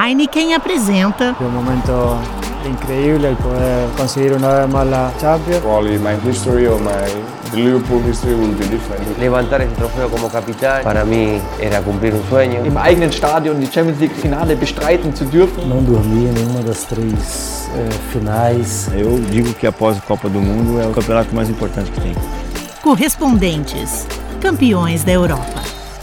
Heineken apresenta É um momento incrível poder conseguir uma vez mais a Champions. Probably my history or the Liverpool history will be different. Levantar ese trofeo como capitán para mí era cumplir un sueño. Im eigenen Stadion die Champions League Finale bestreiten zu dürfen. Não dormi em nenhuma das três finais. Eu digo que após a Copa do Mundo é o campeonato mais importante que tem. Correspondentes, campeões da Europa.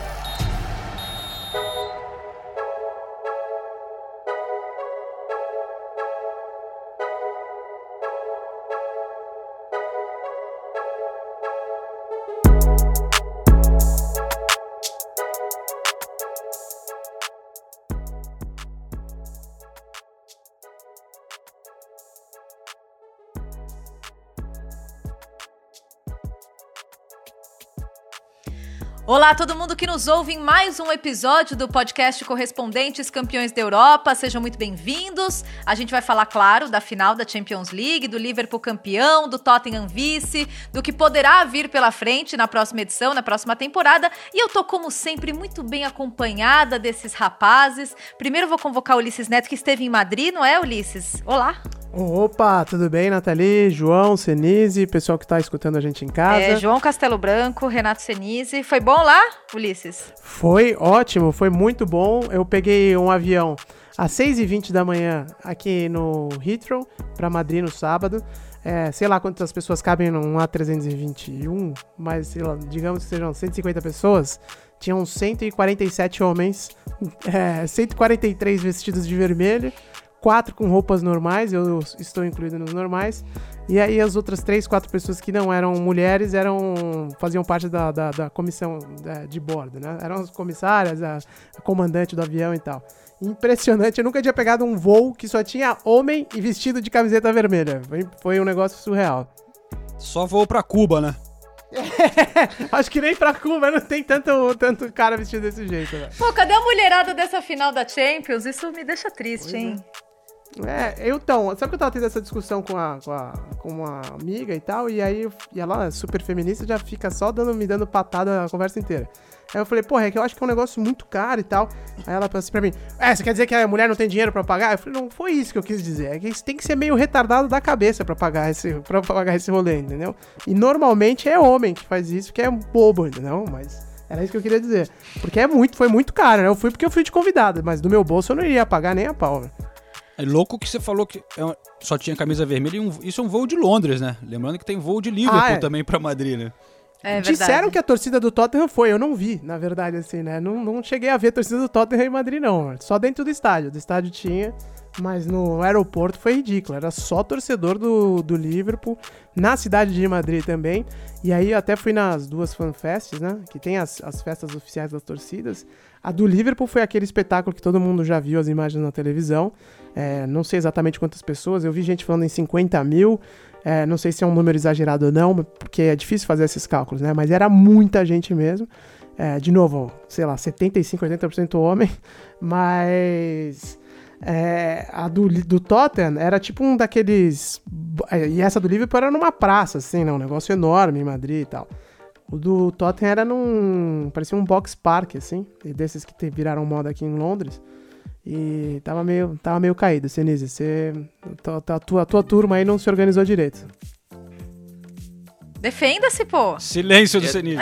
Olá, todo mundo que nos ouve em mais um episódio do podcast Correspondentes Campeões da Europa. Sejam muito bem-vindos. A gente vai falar, claro, da final da Champions League, do Liverpool campeão, do Tottenham vice, do que poderá vir pela frente na próxima edição, na próxima temporada. E eu tô, como sempre, muito bem acompanhada desses rapazes. Primeiro eu vou convocar o Ulisses Neto, que esteve em Madrid, não é, Ulisses? Olá! Opa, tudo bem, Nathalie, João, Senise, pessoal que tá escutando a gente em casa. João Castelo Branco, Renato Senise. Foi bom lá, Ulisses? Foi ótimo, foi muito bom. Eu peguei um avião às 6h20 da manhã aqui no Heathrow, pra Madrid no sábado. Sei lá quantas pessoas cabem num A321, mas sei lá, digamos que sejam 150 pessoas. Tinham 147 homens, 143 vestidos de vermelho. 4 com roupas normais, eu estou incluído nos normais, e aí as outras 3, 4 pessoas que não eram mulheres faziam parte da comissão de bordo, né? Eram as comissárias, a comandante do avião e tal. Impressionante, eu nunca tinha pegado um voo que só tinha homem e vestido de camiseta vermelha, foi um negócio surreal. Só voo pra Cuba, né? Acho que nem pra Cuba não tem tanto cara vestido desse jeito, né? Pô, cadê a mulherada dessa final da Champions? Isso me deixa triste, hein? Então, sabe que eu tava tendo essa discussão com uma amiga e tal, e aí ela, super feminista, já fica só me dando patada a conversa inteira. Aí eu falei, porra, é que eu acho que é um negócio muito caro e tal. Aí ela falou assim pra mim, você quer dizer que a mulher não tem dinheiro pra pagar? Eu falei, não foi isso que eu quis dizer, é que você tem que ser meio retardado da cabeça pra pagar esse rolê, entendeu? E normalmente é homem que faz isso, que é bobo, entendeu? Mas era isso que eu queria dizer. Porque foi muito caro, né? Eu fui porque eu fui de convidado, mas do meu bolso eu não iria pagar nem a pau, né? É louco que você falou que só tinha camisa vermelha e isso é um voo de Londres, né? Lembrando que tem voo de Liverpool também pra Madrid, né? Disseram que a torcida do Tottenham foi, eu não vi, na verdade, assim, né? Não cheguei a ver a torcida do Tottenham em Madrid, não. Só dentro do estádio. Do estádio tinha, mas no aeroporto foi ridículo. Era só torcedor do Liverpool, na cidade de Madrid também. E aí eu até fui nas duas fanfests, né? Que tem as festas oficiais das torcidas. A do Liverpool foi aquele espetáculo que todo mundo já viu as imagens na televisão. Não sei exatamente quantas pessoas, eu vi gente falando em 50 mil. Não sei se é um número exagerado ou não, porque é difícil fazer esses cálculos, né? Mas era muita gente mesmo. De novo, sei lá, 75%, 80% homem. Mas a do Tottenham era tipo um daqueles... E essa do Liverpool era numa praça, assim, né? Um negócio enorme em Madrid e tal. O do Tottenham era parecia um box park, assim, desses que viraram moda aqui em Londres. E tava meio caído, Senise. A tua turma aí não se organizou direito. Defenda-se, pô! Silêncio do Senise.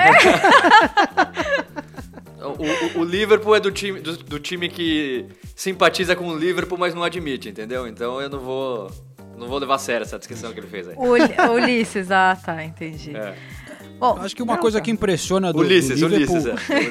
O Liverpool é do time que simpatiza com o Liverpool, mas não admite, entendeu? Então eu não vou levar a sério essa descrição que ele fez aí. Ulisses, tá, entendi. Bom, acho que uma coisa que impressiona do Liverpool... Ulisses,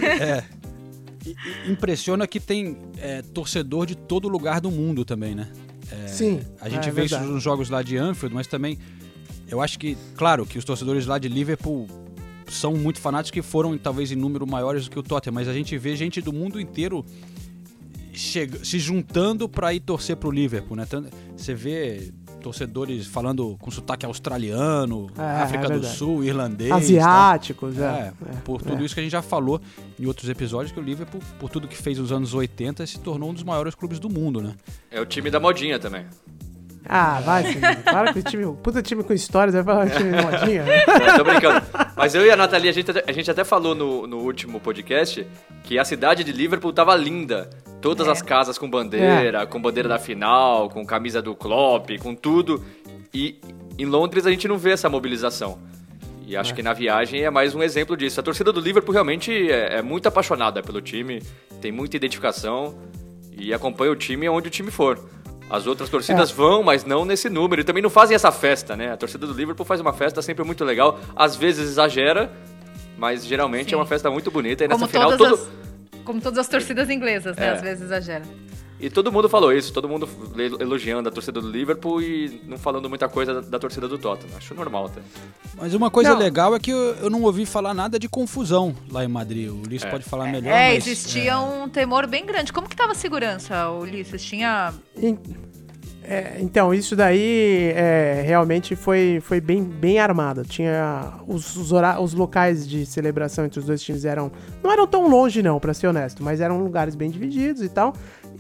impressiona que tem torcedor de todo lugar do mundo também, né? Sim. A gente vê isso nos jogos lá de Anfield, mas também eu acho que, claro, que os torcedores lá de Liverpool são muito fanáticos, que foram talvez em número maiores do que o Tottenham, mas a gente vê gente do mundo inteiro se juntando para ir torcer pro Liverpool, né? Você vê torcedores falando com sotaque australiano, África do Sul, irlandês, asiáticos, por tudo isso que a gente já falou em outros episódios, que o Liverpool, por tudo que fez nos anos 80, se tornou um dos maiores clubes do mundo, né? É o time da modinha também. Vai, sim. Para com o time, puta time com histórias, vai falar time de modinha. Não, tô brincando. Mas eu e a Nathalie, a gente até falou no último podcast que a cidade de Liverpool tava linda Todas as casas com bandeira da final, com camisa do Klopp, com tudo. E em Londres a gente não vê essa mobilização. E acho que na viagem é mais um exemplo disso. A torcida do Liverpool realmente é muito apaixonada pelo time, tem muita identificação e acompanha o time onde o time for. As outras torcidas vão, mas não nesse número. E também não fazem essa festa, né? A torcida do Liverpool faz uma festa sempre muito legal. Às vezes exagera, mas geralmente é uma festa muito bonita. E nessa final como todas as torcidas inglesas, né? Às vezes exagera. E todo mundo falou isso, todo mundo elogiando a torcida do Liverpool e não falando muita coisa da torcida do Tottenham. Acho normal até. Mas uma coisa legal é que eu não ouvi falar nada de confusão lá em Madrid. O Ulisses pode falar melhor, mas... existia um temor bem grande. Como que tava a segurança, Ulisses? Tinha... Então, isso daí realmente foi bem armado. Tinha os locais de celebração entre os dois times não eram tão longe não, pra ser honesto, mas eram lugares bem divididos e tal.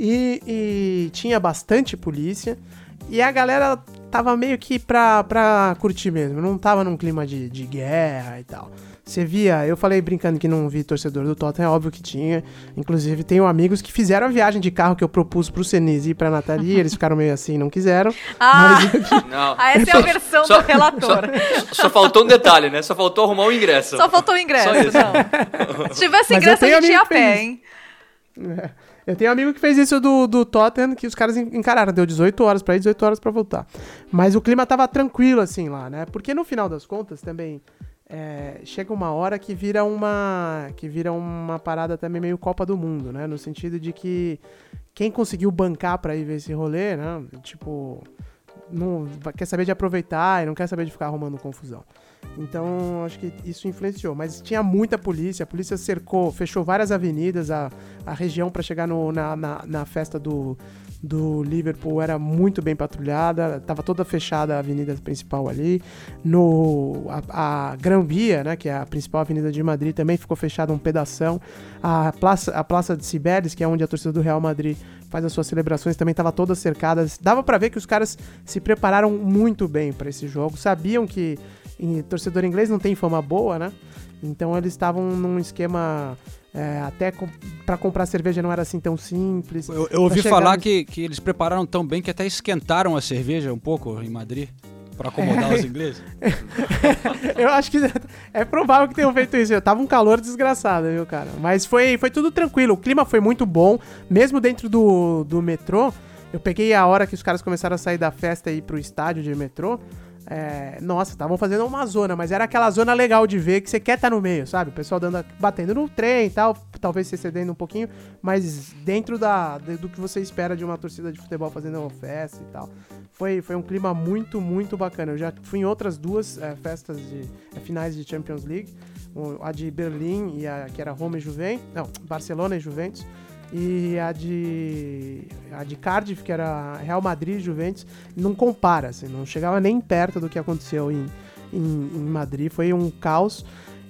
E tinha bastante polícia. E a galera tava meio que pra curtir mesmo. Não tava num clima de guerra e tal. Você via, eu falei brincando que não vi torcedor do Tottenham, é óbvio que tinha. Inclusive, tenho amigos que fizeram a viagem de carro que eu propus pro Senise e pra Nathalie. Eles ficaram meio assim, não quiseram. Essa é a versão do relator. Só faltou um detalhe, né? Só faltou arrumar o ingresso. Só faltou o ingresso, não. Se tivesse ingresso, a gente ia a pé, hein? Eu tenho um amigo que fez isso do Tottenham, que os caras encararam. Deu 18 horas pra ir, 18 horas pra voltar. Mas o clima tava tranquilo, assim, lá, né? Porque no final das contas, também... chega uma hora que vira uma parada também meio Copa do Mundo, né? No sentido de que quem conseguiu bancar pra ir ver esse rolê, né? Tipo, não quer saber de aproveitar e não quer saber de ficar arrumando confusão. Então, acho que isso influenciou. Mas tinha muita polícia, a polícia fechou várias avenidas, a região pra chegar na festa do Liverpool era muito bem patrulhada, estava toda fechada a avenida principal ali. A Gran Via, né, que é a principal avenida de Madrid, também ficou fechada um pedação. A Praça de Cibeles, que é onde a torcida do Real Madrid faz as suas celebrações, também estava toda cercada. Dava para ver que os caras se prepararam muito bem para esse jogo, sabiam que torcedor inglês não tem fama boa, né? Então eles estavam num esquema... até pra comprar cerveja não era assim tão simples. Eu ouvi falar que eles prepararam tão bem que até esquentaram a cerveja um pouco em Madrid pra acomodar os ingleses. Eu acho que é provável que tenham feito isso. Tava um calor desgraçado, viu, cara? Mas foi tudo tranquilo. O clima foi muito bom. Mesmo dentro do metrô, eu peguei a hora que os caras começaram a sair da festa e ir pro estádio de metrô. Nossa, estavam fazendo uma zona, mas era aquela zona legal de ver que você quer estar no meio, sabe? O pessoal batendo no trem e tal, talvez se cedendo um pouquinho, mas dentro do que você espera de uma torcida de futebol fazendo uma festa e tal. Foi um clima muito, muito bacana. Eu já fui em outras duas festas de finais de Champions League, a de Berlim e que era Barcelona e Juventus. E a de Cardiff, que era Real Madrid e Juventus, não compara, assim, não chegava nem perto do que aconteceu em Madrid, foi um caos.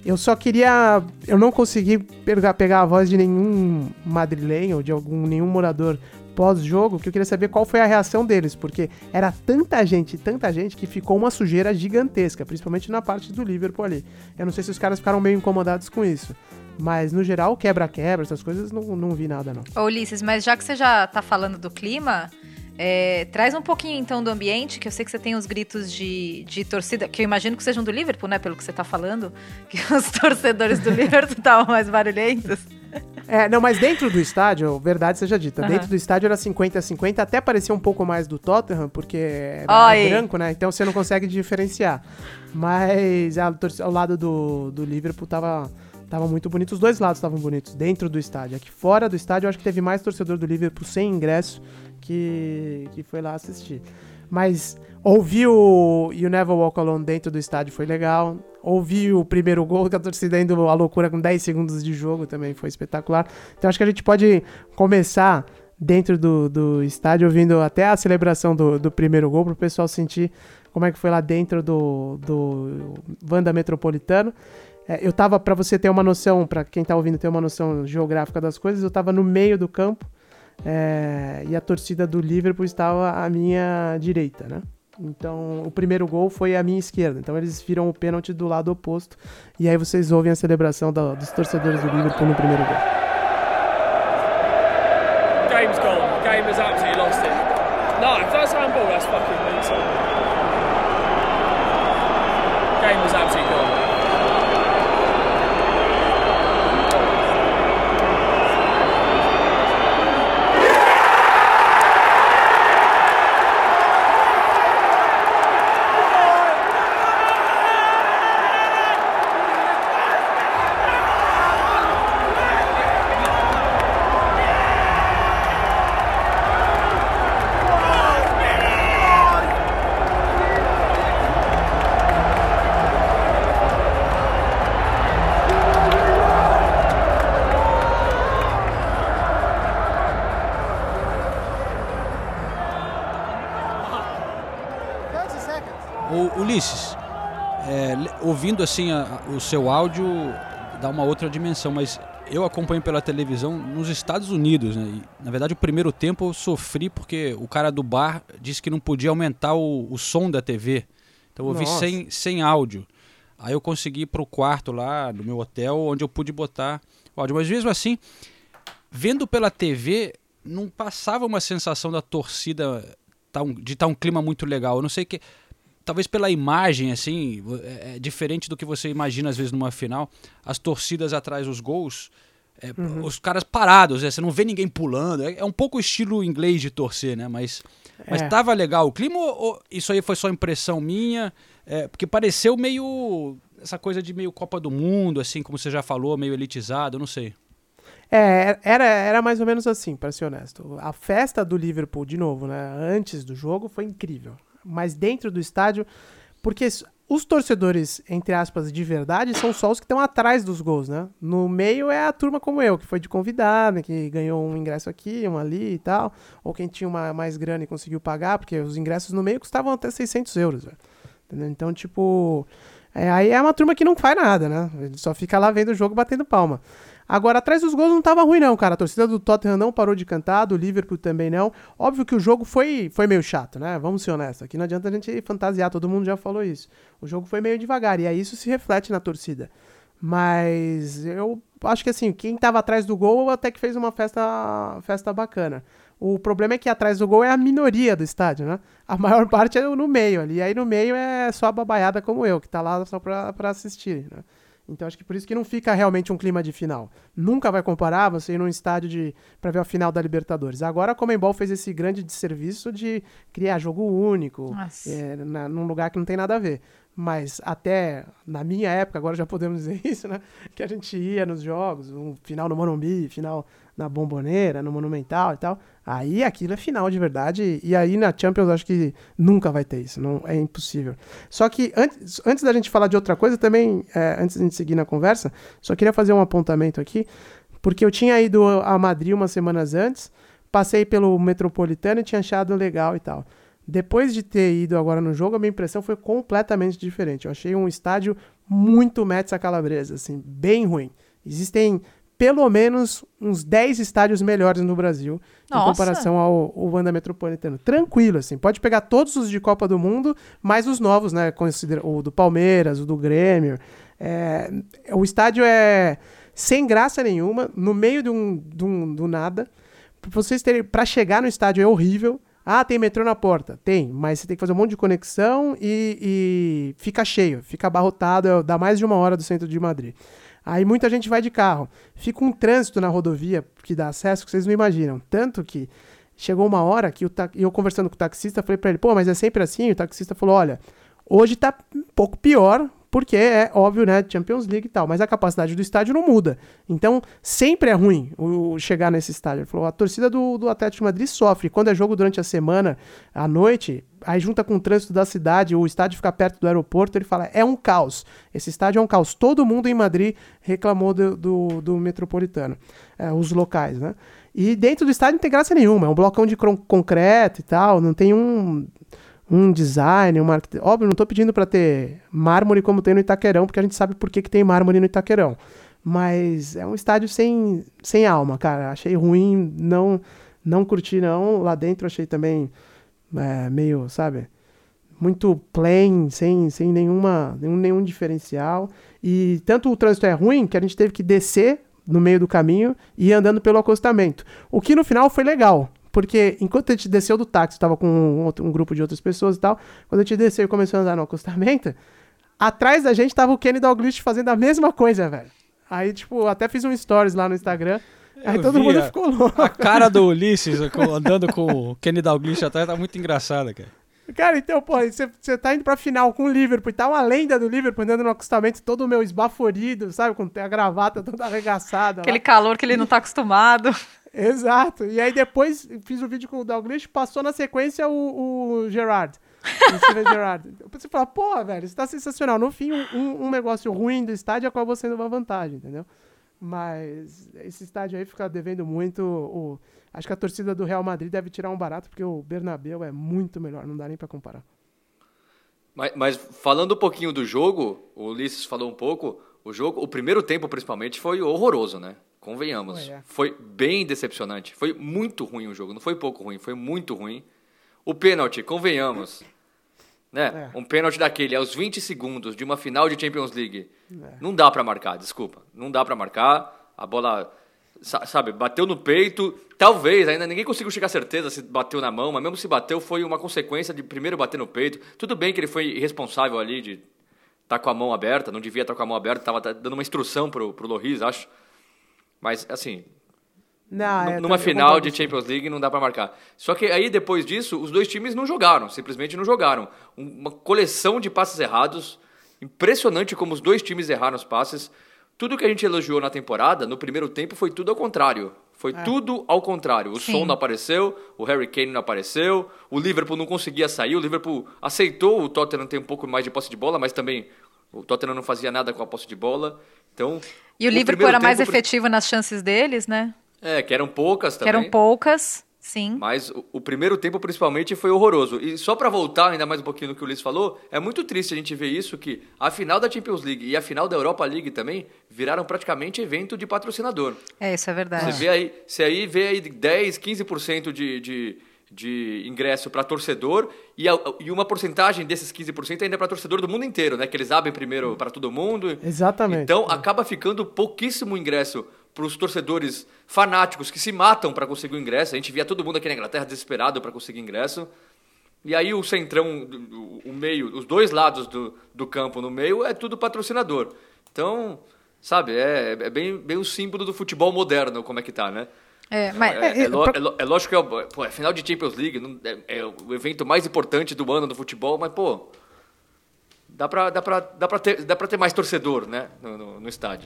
Eu não consegui pegar a voz de nenhum madrilenho ou de nenhum morador pós-jogo, que eu queria saber qual foi a reação deles, porque era tanta gente que ficou uma sujeira gigantesca, principalmente na parte do Liverpool ali. Eu não sei se os caras ficaram meio incomodados com isso. Mas, no geral, quebra-quebra, essas coisas, não vi nada, não. Ô, Ulisses, mas já que você já tá falando do clima, traz um pouquinho, então, do ambiente, que eu sei que você tem os gritos de torcida, que eu imagino que sejam do Liverpool, né, pelo que você tá falando, que os torcedores do Liverpool estavam mais barulhentos. Não, mas dentro do estádio, verdade seja dita, dentro do estádio era 50-50, até parecia um pouco mais do Tottenham, porque era branco, né, então você não consegue diferenciar. Mas ao lado do Liverpool tava muito bonito, os dois lados estavam bonitos, dentro do estádio. Aqui fora do estádio, eu acho que teve mais torcedor do Liverpool sem ingresso que foi lá assistir. Mas ouvir o You Never Walk Alone dentro do estádio foi legal. Ouvir o primeiro gol, que a torcida indo à loucura com 10 segundos de jogo também foi espetacular. Então acho que a gente pode começar dentro do estádio, ouvindo até a celebração do primeiro gol, para o pessoal sentir como é que foi lá dentro do Wanda Metropolitano. Eu tava, pra você ter uma noção, pra quem tá ouvindo ter uma noção geográfica das coisas, eu tava no meio do campo e a torcida do Liverpool estava à minha direita, né? Então, o primeiro gol foi à minha esquerda. Então, eles viram o pênalti do lado oposto. E aí vocês ouvem a celebração dos torcedores do Liverpool no primeiro gol. game has absolutely lost it. No, if that's handball, that's fucking mental. Game was absolutely gone. Ulisses, ouvindo assim o seu áudio dá uma outra dimensão, mas eu acompanho pela televisão nos Estados Unidos, né? E, na verdade, o primeiro tempo eu sofri porque o cara do bar disse que não podia aumentar o som da TV. Então eu ouvi sem áudio. Aí eu consegui ir pro quarto lá do meu hotel, onde eu pude botar o áudio. Mas mesmo assim, vendo pela TV, não passava uma sensação da torcida de estar um clima muito legal. Eu não sei que... Talvez pela imagem, assim, é diferente do que você imagina às vezes numa final. As torcidas atrás dos gols, os caras parados, você não vê ninguém pulando. É um pouco o estilo inglês de torcer, né? Mas tava legal o clima ou isso aí foi só impressão minha? Porque pareceu meio... essa coisa de meio Copa do Mundo, assim, como você já falou, meio elitizado, eu não sei. Era mais ou menos assim, para ser honesto. A festa do Liverpool, de novo, né? Antes do jogo, foi incrível. Mas dentro do estádio, porque os torcedores, entre aspas, de verdade, são só os que estão atrás dos gols, né? No meio é a turma como eu, que foi de convidado, que ganhou um ingresso aqui, um ali e tal, ou quem tinha mais grana e conseguiu pagar, porque os ingressos no meio custavam até 600 euros, velho. Entendeu? Então, tipo, aí é uma turma que não faz nada, né? Ele só fica lá vendo o jogo batendo palma. Agora, atrás dos gols não tava ruim não, cara. A torcida do Tottenham não parou de cantar, do Liverpool também não. Óbvio que o jogo foi meio chato, né? Vamos ser honestos. Aqui não adianta a gente fantasiar, todo mundo já falou isso. O jogo foi meio devagar e aí isso se reflete na torcida. Mas eu acho que assim, quem tava atrás do gol até que fez uma festa bacana. O problema é que atrás do gol é a minoria do estádio, né? A maior parte é no meio ali. E aí no meio é só a babaiada como eu, que tá lá só pra assistir, né? Então acho que por isso que não fica realmente um clima de final. Nunca vai comparar você ir num estádio pra ver a final da Libertadores. Agora a Conmebol fez esse grande desserviço de criar jogo único, num lugar que não tem nada a ver. Mas até na minha época, agora já podemos dizer isso, né? Que a gente ia nos jogos, um final no Morumbi, final na Bombonera, no Monumental e tal. Aí aquilo é final de verdade. E aí na Champions acho que nunca vai ter isso. Não, é impossível. Só que antes da gente falar de outra coisa, também, antes da gente seguir na conversa, só queria fazer um apontamento aqui. Porque eu tinha ido a Madrid umas semanas antes, passei pelo Metropolitano e tinha achado legal e tal. Depois de ter ido agora no jogo, a minha impressão foi completamente diferente. Eu achei um estádio muito Metz a Calabresa, assim, bem ruim. Existem pelo menos uns 10 estádios melhores no Brasil em comparação ao Wanda Metropolitano. Tranquilo, assim. Pode pegar todos os de Copa do Mundo, mais os novos, né? O do Palmeiras, o do Grêmio. O estádio é sem graça nenhuma, no meio do nada. Pra chegar no estádio é horrível. Ah, tem metrô na porta? Tem, mas você tem que fazer um monte de conexão e fica cheio, fica abarrotado, dá mais de 1 hora do centro de Madrid. Aí muita gente vai de carro. Fica um trânsito na rodovia que dá acesso que vocês não imaginam. Tanto que chegou uma hora que eu conversando com o taxista, falei pra ele, pô, mas é sempre assim? O taxista falou, olha, hoje tá um pouco pior, porque é óbvio, né, Champions League e tal, mas a capacidade do estádio não muda. Então, sempre é ruim chegar nesse estádio. Ele falou, a torcida do Atlético de Madrid sofre. Quando é jogo durante a semana, à noite, aí junta com o trânsito da cidade, o estádio fica perto do aeroporto, ele fala, é um caos. Esse estádio é um caos. Todo mundo em Madrid reclamou do Metropolitano, os locais, né? E dentro do estádio não tem graça nenhuma, é um blocão de concreto e tal, não tem um design, óbvio, não tô pedindo para ter mármore como tem no Itaquerão, porque a gente sabe por que tem mármore no Itaquerão. Mas é um estádio sem alma, cara. Achei ruim, não curti não. Lá dentro achei também meio, sabe, muito plain, sem nenhum diferencial. E tanto o trânsito é ruim que a gente teve que descer no meio do caminho e ir andando pelo acostamento. O que no final foi legal, porque enquanto a gente desceu do táxi, tava com um grupo de outras pessoas e tal, quando a gente desceu e começou a andar no acostamento, atrás da gente tava o Kenny Dalglish fazendo a mesma coisa, velho. Aí, tipo, até fiz um stories lá no Instagram, aí todo mundo ficou louco. A cara do Ulisses andando com o Kenny Dalglish atrás tá muito engraçada, cara. Cara, então, pô, você tá indo pra final com o Liverpool e tá uma lenda do Liverpool andando no acostamento todo meio esbaforido, sabe? Com a gravata toda arregaçada. Aquele calor que ele não tá acostumado. Exato. E aí depois fiz o vídeo com o Dalglish, passou na sequência o Gerrard. O Steven Gerrard. Você fala, pô, velho, isso tá sensacional. No fim, um negócio ruim do estádio acabou sendo uma vantagem, entendeu? Mas esse estádio aí fica devendo muito. Acho que a torcida do Real Madrid deve tirar um barato, porque o Bernabéu é muito melhor, não dá nem pra comparar. Mas falando um pouquinho do jogo, o Ulisses falou um pouco, o primeiro tempo principalmente foi horroroso, né? Convenhamos. Foi bem decepcionante. Foi muito ruim o jogo, não foi pouco ruim, foi muito ruim. O pênalti, convenhamos, né? Um pênalti daquele aos 20 segundos de uma final de Champions League. Não dá pra marcar, desculpa. Não dá pra marcar. A bola, sabe, bateu no peito. Talvez, ainda ninguém conseguiu chegar a certeza se bateu na mão, mas mesmo se bateu foi uma consequência de primeiro bater no peito. Tudo bem que ele foi irresponsável ali de estar com a mão aberta, não devia estar com a mão aberta, estava dando uma instrução pro Lloris, acho. Mas, assim, numa final de Champions League não dá pra marcar. Só que aí, depois disso, os dois times não jogaram, simplesmente não jogaram. Uma coleção de passes errados, impressionante como os dois times erraram os passes. Tudo que a gente elogiou na temporada, no primeiro tempo, foi tudo ao contrário. Foi tudo ao contrário. O Son não apareceu, o Harry Kane não apareceu, o Liverpool não conseguia sair, o Liverpool aceitou o Tottenham ter um pouco mais de posse de bola, mas também o Tottenham não fazia nada com a posse de bola. Então, e o Liverpool era mais efetivo nas chances deles, né? Que eram poucas também. Que eram poucas, sim. Mas o primeiro tempo, principalmente, foi horroroso. E só para voltar ainda mais um pouquinho no que o Ulisses falou, é muito triste a gente ver isso, que a final da Champions League e a final da Europa League também viraram praticamente evento de patrocinador. Isso é verdade. Você vê aí 10, 15% de ingresso para torcedor e uma porcentagem desses 15% ainda é para torcedor do mundo inteiro, né? Que eles abrem primeiro para todo mundo. Exatamente. Então, acaba ficando pouquíssimo ingresso para os torcedores fanáticos que se matam para conseguir o ingresso. A gente via todo mundo aqui na Inglaterra desesperado para conseguir ingresso. E aí o centrão, o meio, os dois lados do campo no meio é tudo patrocinador. Então, sabe, é bem o símbolo do futebol moderno, como é que tá, né? É lógico que é final de Champions League, é o evento mais importante do ano do futebol, mas, pô, dá pra ter mais torcedor, né, no estádio.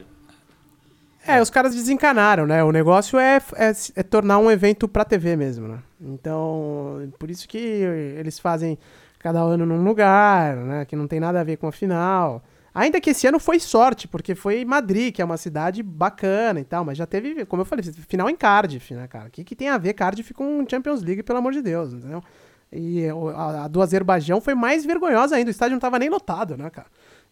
Os caras desencanaram, né? O negócio é tornar um evento pra TV mesmo, né? Então, por isso que eles fazem cada ano num lugar, né? Que não tem nada a ver com a final. Ainda que esse ano foi sorte, porque foi Madrid, que é uma cidade bacana e tal, mas já teve, como eu falei, final em Cardiff, né, cara? O que tem a ver Cardiff com Champions League, pelo amor de Deus, entendeu? E a do Azerbaijão foi mais vergonhosa ainda, o estádio não tava nem lotado, né, cara?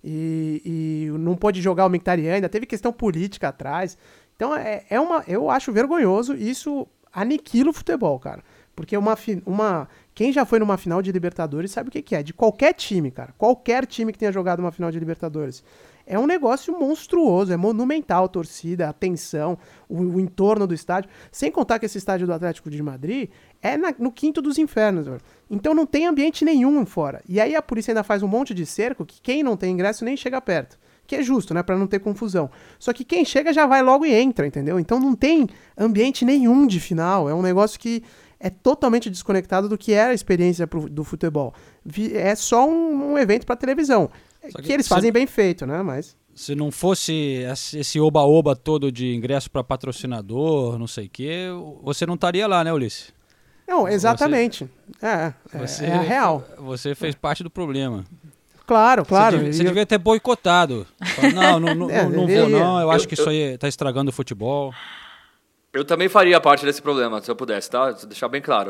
E não pôde jogar o Mkhitaryan, ainda teve questão política atrás. Então, eu acho vergonhoso, isso aniquila o futebol, cara. Porque quem já foi numa final de Libertadores sabe o que é. De qualquer time, cara. Qualquer time que tenha jogado uma final de Libertadores. É um negócio monstruoso, é monumental a torcida, a tensão, o entorno do estádio. Sem contar que esse estádio do Atlético de Madrid é no quinto dos infernos. Velho. Então não tem ambiente nenhum fora. E aí a polícia ainda faz um monte de cerco que quem não tem ingresso nem chega perto. Que é justo, né? Pra não ter confusão. Só que quem chega já vai logo e entra, entendeu? Então não tem ambiente nenhum de final. É um negócio que é totalmente desconectado do que era a experiência do futebol. É só um evento pra televisão. Que eles fazem bem feito, né? Mas se não fosse esse oba-oba todo de ingresso para patrocinador, não sei o quê, você não estaria lá, né, Ulisses? Não, exatamente. É a real. Você fez parte do problema. Claro. Você devia ter boicotado. Não vou não, eu acho que isso aí tá estragando o futebol. Eu também faria parte desse problema, se eu pudesse, tá? Vou deixar bem claro.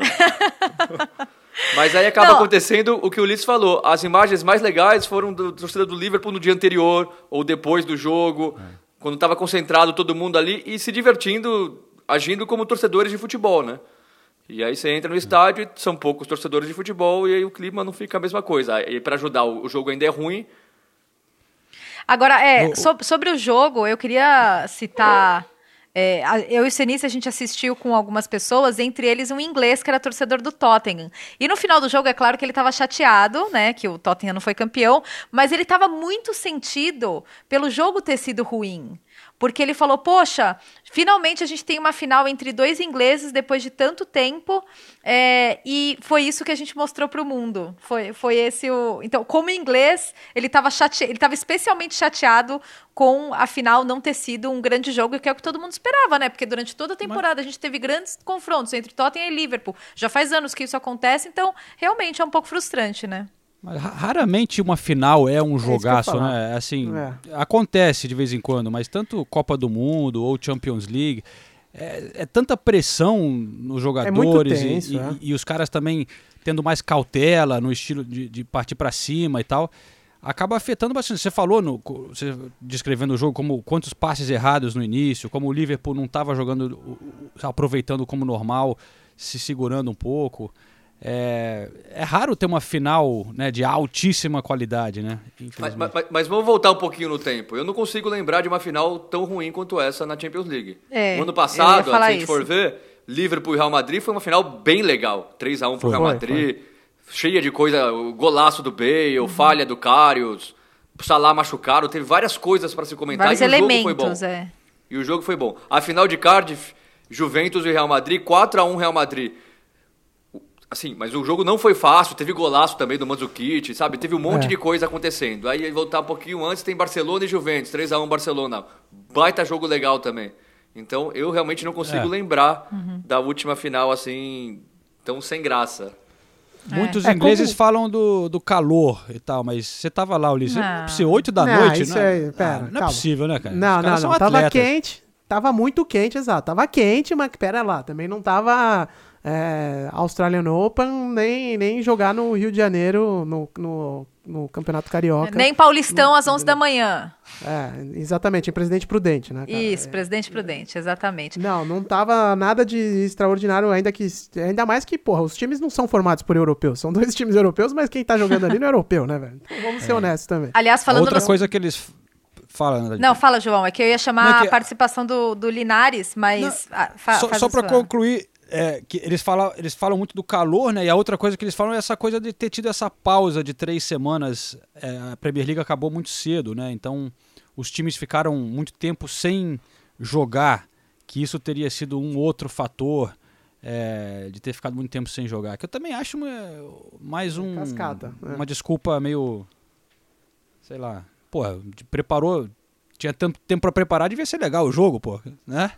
Mas aí acaba acontecendo o que o Ulisses falou. As imagens mais legais foram da torcida do Liverpool no dia anterior, ou depois do jogo, quando estava concentrado todo mundo ali e se divertindo, agindo como torcedores de futebol, né? E aí você entra no estádio e são poucos torcedores de futebol e aí o clima não fica a mesma coisa. E para ajudar, o jogo ainda é ruim. Agora, sobre o jogo, eu queria citar Eu e o Senice, a gente assistiu com algumas pessoas, entre eles um inglês que era torcedor do Tottenham. E no final do jogo, é claro que ele estava chateado, né, que o Tottenham não foi campeão, mas ele estava muito sentido pelo jogo ter sido ruim. Porque ele falou, poxa, finalmente a gente tem uma final entre dois ingleses depois de tanto tempo, e foi isso que a gente mostrou para o mundo. Foi esse o... Então, como inglês, ele estava especialmente chateado com a final não ter sido um grande jogo, que é o que todo mundo esperava, né? Porque durante toda a temporada a gente teve grandes confrontos entre Tottenham e Liverpool. Já faz anos que isso acontece, então realmente é um pouco frustrante, né? Mas raramente uma final é um jogaço, né? Assim, acontece de vez em quando, mas tanto Copa do Mundo ou Champions League, é tanta pressão nos jogadores tenso, e os caras também tendo mais cautela no estilo de partir para cima e tal, acaba afetando bastante. Você falou, você descrevendo o jogo, como quantos passes errados no início, como o Liverpool não estava jogando, aproveitando como normal, se segurando um pouco. É raro ter uma final, né, de altíssima qualidade, né? Mas vamos voltar um pouquinho no tempo. Eu não consigo lembrar de uma final tão ruim quanto essa na Champions League. No ano passado, se a gente for ver, Liverpool e Real Madrid foi uma final bem legal. 3-1 pro Real Madrid, cheia de coisa, o golaço do Bale, falha do Karius, Salah machucado, teve várias coisas para se comentar. Vários elementos, E o jogo foi bom. A final de Cardiff, Juventus e Real Madrid, 4-1 Real Madrid. Assim, mas o jogo não foi fácil, teve golaço também do Mandzukic, sabe? Teve um monte de coisa acontecendo. Aí, voltar um pouquinho antes, tem Barcelona e Juventus, 3-1 Barcelona. Baita jogo legal também. Então, eu realmente não consigo lembrar da última final, assim, tão sem graça. Muitos ingleses falam do calor e tal, mas você tava lá, Ulisses, não é possível, 8 da noite, isso né? Não é possível, né, cara? Não, tava quente, tava muito quente, exato. Tava quente, mas pera lá, também não tava... Australian Open, nem jogar no Rio de Janeiro, no Campeonato Carioca. Nem Paulistão às 11 da manhã. Exatamente, em Presidente Prudente, né, cara? Isso, Presidente Prudente, exatamente. Não tava nada de extraordinário, ainda mais que, porra, os times não são formados por europeus, são 2 times europeus, mas quem tá jogando ali não é europeu, né, velho? Então vamos ser honestos também. Aliás, falando... Outra coisa que eles... Fala, não, fala, João, é que eu ia chamar a participação do Linares, mas... Só para concluir... que eles falam muito do calor, né? E a outra coisa que eles falam é essa coisa de ter tido essa pausa de 3 semanas. A Premier League acabou muito cedo, né? Então os times ficaram muito tempo sem jogar, que isso teria sido um outro fator de ter ficado muito tempo sem jogar. Que eu também acho mais uma desculpa meio, sei lá, preparou, tinha tanto tempo para preparar, devia ser legal o jogo, né?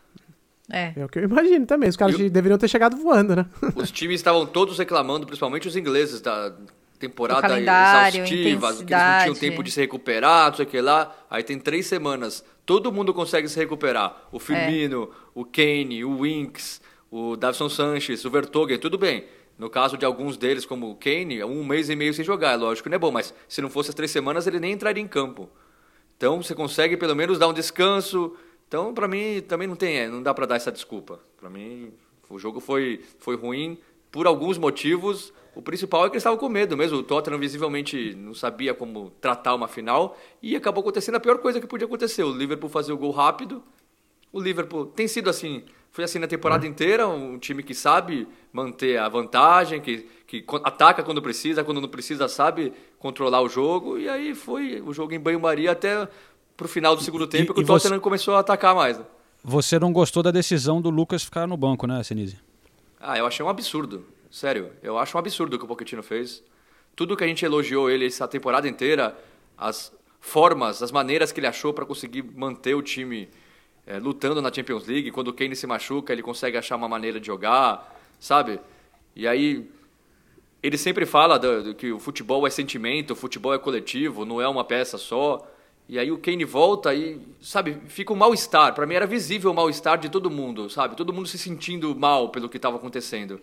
É o que eu imagino também. Os caras deveriam ter chegado voando, né? Os times estavam todos reclamando, principalmente os ingleses, da temporada exaustiva, que eles não tinham tempo de se recuperar, não sei o que lá. Aí tem 3 semanas. Todo mundo consegue se recuperar. O Firmino, o Kane, o Winks, o Davinson Sanchez, o Vertonghen, tudo bem. No caso de alguns deles, como o Kane, 1 mês e meio sem jogar. Lógico que não é bom, mas se não fosse as 3 semanas, ele nem entraria em campo. Então você consegue pelo menos dar um descanso. Então, para mim, também não dá para dar essa desculpa. Para mim, o jogo foi ruim por alguns motivos. O principal é que eles estavam com medo mesmo. O Tottenham visivelmente não sabia como tratar uma final e acabou acontecendo a pior coisa que podia acontecer. O Liverpool fazer o gol rápido. O Liverpool tem sido assim, foi assim na temporada inteira, um time que sabe manter a vantagem, que ataca quando não precisa, sabe controlar o jogo. E aí foi o jogo em banho-maria até... pro final do segundo tempo, que o Tottenham começou a atacar mais. Né? Você não gostou da decisão do Lucas ficar no banco, né, Senise? Eu achei um absurdo. Sério, eu acho um absurdo o que o Pochettino fez. Tudo que a gente elogiou ele essa temporada inteira, as formas, as maneiras que ele achou para conseguir manter o time lutando na Champions League. Quando o Kane se machuca, ele consegue achar uma maneira de jogar, sabe? E aí, ele sempre fala que o futebol é sentimento, o futebol é coletivo, não é uma peça só. E aí o Kane volta e, sabe, fica um mal-estar. Para mim era visível o mal-estar de todo mundo, sabe? Todo mundo se sentindo mal pelo que estava acontecendo.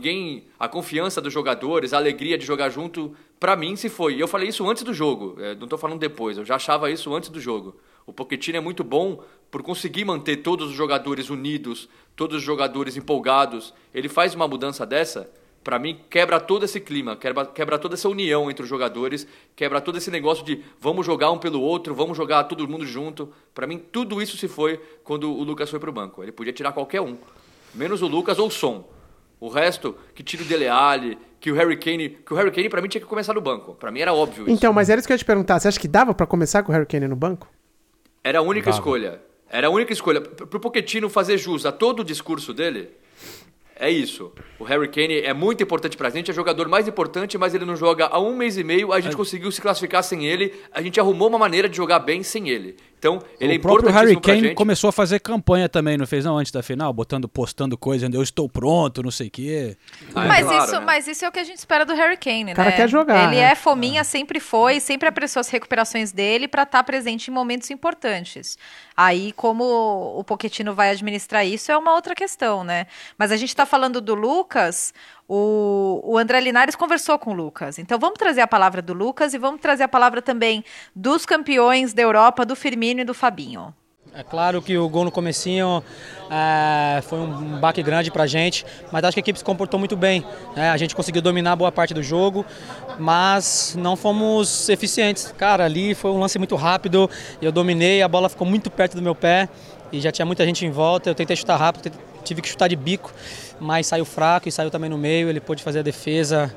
A confiança dos jogadores, a alegria de jogar junto, para mim se foi. E eu falei isso antes do jogo, não estou falando depois, eu já achava isso antes do jogo. O Pochettino é muito bom por conseguir manter todos os jogadores unidos, todos os jogadores empolgados. Ele faz uma mudança dessa, Pra mim, quebra todo esse clima, quebra toda essa união entre os jogadores, quebra todo esse negócio de vamos jogar um pelo outro, vamos jogar todo mundo junto. Pra mim, tudo isso se foi quando o Lucas foi pro banco. Ele podia tirar qualquer um, menos o Lucas ou o Son. O resto, que tira o Dele Alli, que o Harry Kane pra mim tinha que começar no banco. Pra mim era óbvio isso. Então, mas era isso que eu ia te perguntar. Você acha que dava pra começar com o Harry Kane no banco? Era a única escolha. Era a única escolha. Pro Pochettino fazer jus a todo o discurso dele, é isso. O Harry Kane é muito importante pra gente, é o jogador mais importante, mas ele não joga há 1 mês e meio, a gente conseguiu se classificar sem ele, a gente arrumou uma maneira de jogar bem sem ele. Então, ele é importantíssimo pra gente. O próprio Harry Kane começou a fazer campanha também, não fez não, antes da final? Postando coisa, eu estou pronto, não sei o quê. Mas isso é o que a gente espera do Harry Kane, né? O cara quer jogar. Ele é fominha, sempre foi, sempre apressou as recuperações dele pra estar presente em momentos importantes. Aí, como o Pochettino vai administrar isso, é uma outra questão, né? Mas a gente tá falando do Lucas, o André Linares conversou com o Lucas. Então vamos trazer a palavra do Lucas e vamos trazer a palavra também dos campeões da Europa, do Firmino e do Fabinho. É claro que o gol no comecinho foi um baque grande pra gente, mas acho que a equipe se comportou muito bem. A gente conseguiu dominar boa parte do jogo, mas não fomos eficientes. Cara, ali foi um lance muito rápido, eu dominei, a bola ficou muito perto do meu pé e já tinha muita gente em volta, eu tentei chutar rápido, tive que chutar de bico, mas saiu fraco e saiu também no meio, ele pôde fazer a defesa.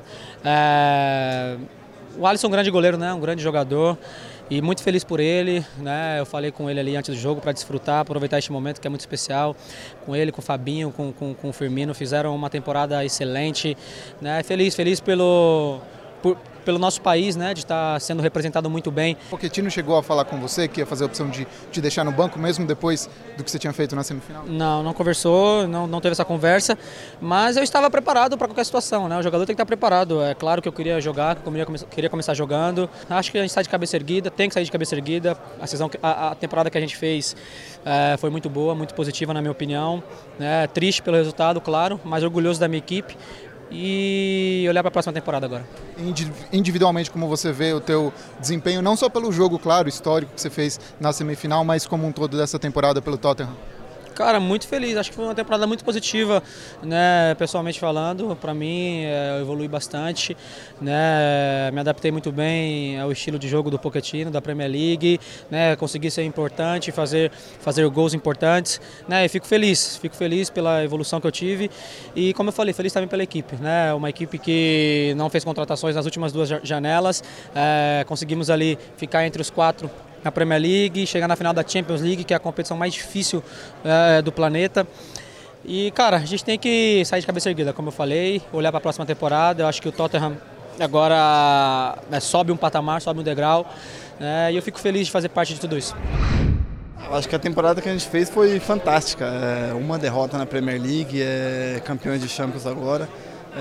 O Alisson é um grande goleiro, né? Um grande jogador. E muito feliz por ele, né? Eu falei com ele ali antes do jogo para desfrutar, aproveitar este momento que é muito especial. Com ele, com o Fabinho, com o Firmino, fizeram uma temporada excelente, né? Feliz pelo nosso país, né, de estar sendo representado muito bem. O Pochettino chegou a falar com você que ia fazer a opção de te deixar no banco, mesmo depois do que você tinha feito na semifinal? Não conversou, não teve essa conversa, mas eu estava preparado para qualquer situação, né? O jogador tem que estar preparado. É claro que eu queria jogar, que eu queria começar jogando. Acho que a gente sai de cabeça erguida, tem que sair de cabeça erguida. A temporada que a gente fez foi muito boa, muito positiva na minha opinião. Triste pelo resultado, claro, mas orgulhoso da minha equipe. E olhar para a próxima temporada agora. Individualmente, como você vê o teu desempenho, não só pelo jogo, claro, histórico que você fez na semifinal, mas como um todo dessa temporada pelo Tottenham? Cara, muito feliz. Acho que foi uma temporada muito positiva, né? Pessoalmente falando, para mim eu evolui bastante, né? Me adaptei muito bem ao estilo de jogo do Pochettino, da Premier League, né? Consegui ser importante, fazer gols importantes, né? E fico feliz pela evolução que eu tive e, como eu falei, feliz também pela equipe, né? Uma equipe que não fez contratações nas últimas 2 janelas, conseguimos ali ficar entre os 4 na Premier League, chegar na final da Champions League, que é a competição mais difícil do planeta. E, cara, a gente tem que sair de cabeça erguida, como eu falei, olhar para a próxima temporada. Eu acho que o Tottenham agora sobe um patamar, sobe um degrau, e eu fico feliz de fazer parte de tudo isso. Eu acho que a temporada que a gente fez foi fantástica. Uma derrota na Premier League, campeões de Champions agora.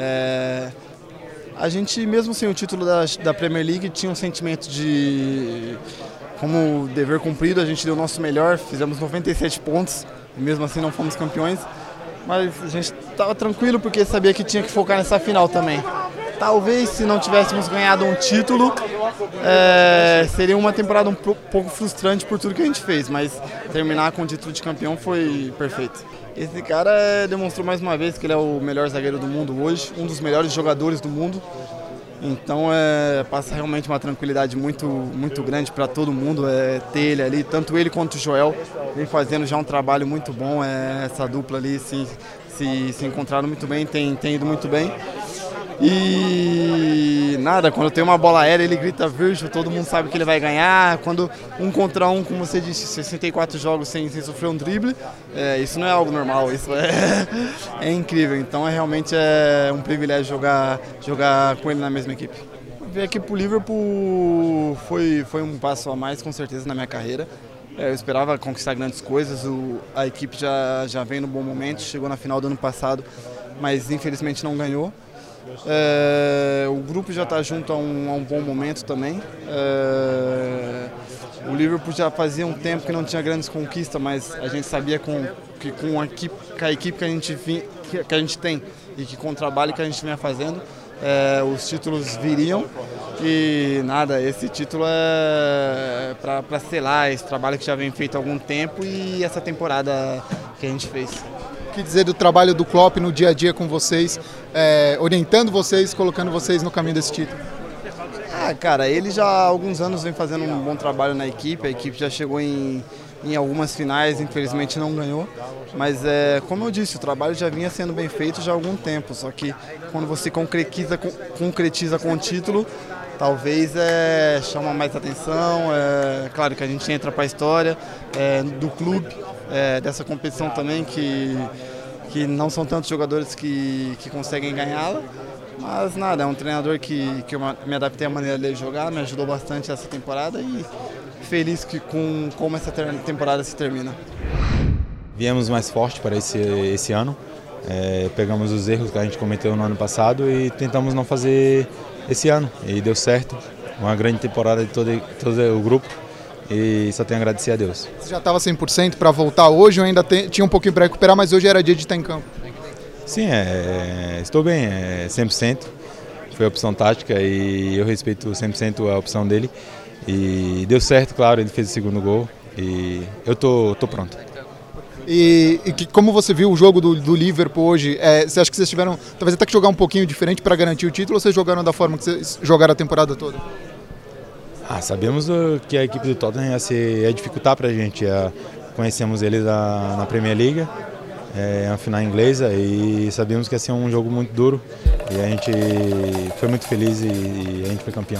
A gente, mesmo sem o título da Premier League, tinha um sentimento de... Como dever cumprido, a gente deu o nosso melhor, fizemos 97 pontos, e mesmo assim não fomos campeões, mas a gente estava tranquilo porque sabia que tinha que focar nessa final também. Talvez se não tivéssemos ganhado um título, seria uma temporada um pouco frustrante por tudo que a gente fez, mas terminar com o título de campeão foi perfeito. Esse cara demonstrou mais uma vez que ele é o melhor zagueiro do mundo hoje, um dos melhores jogadores do mundo. Então passa realmente uma tranquilidade muito grande para todo mundo ter ele ali, tanto ele quanto o Joel, vem fazendo já um trabalho muito bom, essa dupla ali se encontraram muito bem, tem ido muito bem. E nada, quando tem uma bola aérea ele grita Virgil, todo mundo sabe que ele vai ganhar. Quando 1 contra 1, como você disse, 64 jogos sem sofrer um drible, isso não é algo normal, isso é incrível. Então realmente um privilégio jogar com ele na mesma equipe. Vir aqui pro Liverpool foi um passo a mais, com certeza, na minha carreira. Eu esperava conquistar grandes coisas, a equipe já vem no bom momento, chegou na final do ano passado, mas infelizmente não ganhou. O grupo já está junto a um bom momento também. O Liverpool já fazia um tempo que não tinha grandes conquistas, mas a gente sabia com a equipe que a gente tem e que com o trabalho que a gente vinha fazendo, os títulos viriam. E nada, esse título é para selar esse trabalho que já vem feito há algum tempo e essa temporada que a gente fez. que dizer do trabalho do Klopp no dia a dia com vocês, orientando vocês, colocando vocês no caminho desse título? Cara, ele já há alguns anos vem fazendo um bom trabalho na equipe, a equipe já chegou em algumas finais, infelizmente não ganhou, mas como eu disse, o trabalho já vinha sendo bem feito já há algum tempo, só que quando você concretiza com o título, talvez chama mais atenção, claro que a gente entra para a história do clube, dessa competição também, que não são tantos jogadores que conseguem ganhá-la. Mas nada, é um treinador que eu me adaptei à maneira dele jogar, me ajudou bastante essa temporada e feliz com como essa temporada se termina. Viemos mais forte para esse ano, pegamos os erros que a gente cometeu no ano passado e tentamos não fazer esse ano, e deu certo. Uma grande temporada de todo o grupo e só tenho a agradecer a Deus. Você já estava 100% para voltar hoje ou ainda tinha um pouquinho para recuperar, mas hoje era dia de estar em campo? Sim, estou bem, 100%. Foi a opção tática e eu respeito 100% a opção dele. E deu certo, claro, ele fez o segundo gol e eu tô pronto. E como você viu o jogo do Liverpool hoje, você acha que vocês tiveram talvez até que jogar um pouquinho diferente para garantir o título ou vocês jogaram da forma que vocês jogaram a temporada toda? Sabemos que a equipe do Tottenham ia dificultar para a gente. Conhecemos eles na Premier League. A final inglesa e sabíamos que ia ser um jogo muito duro e a gente foi muito feliz e a gente foi campeão.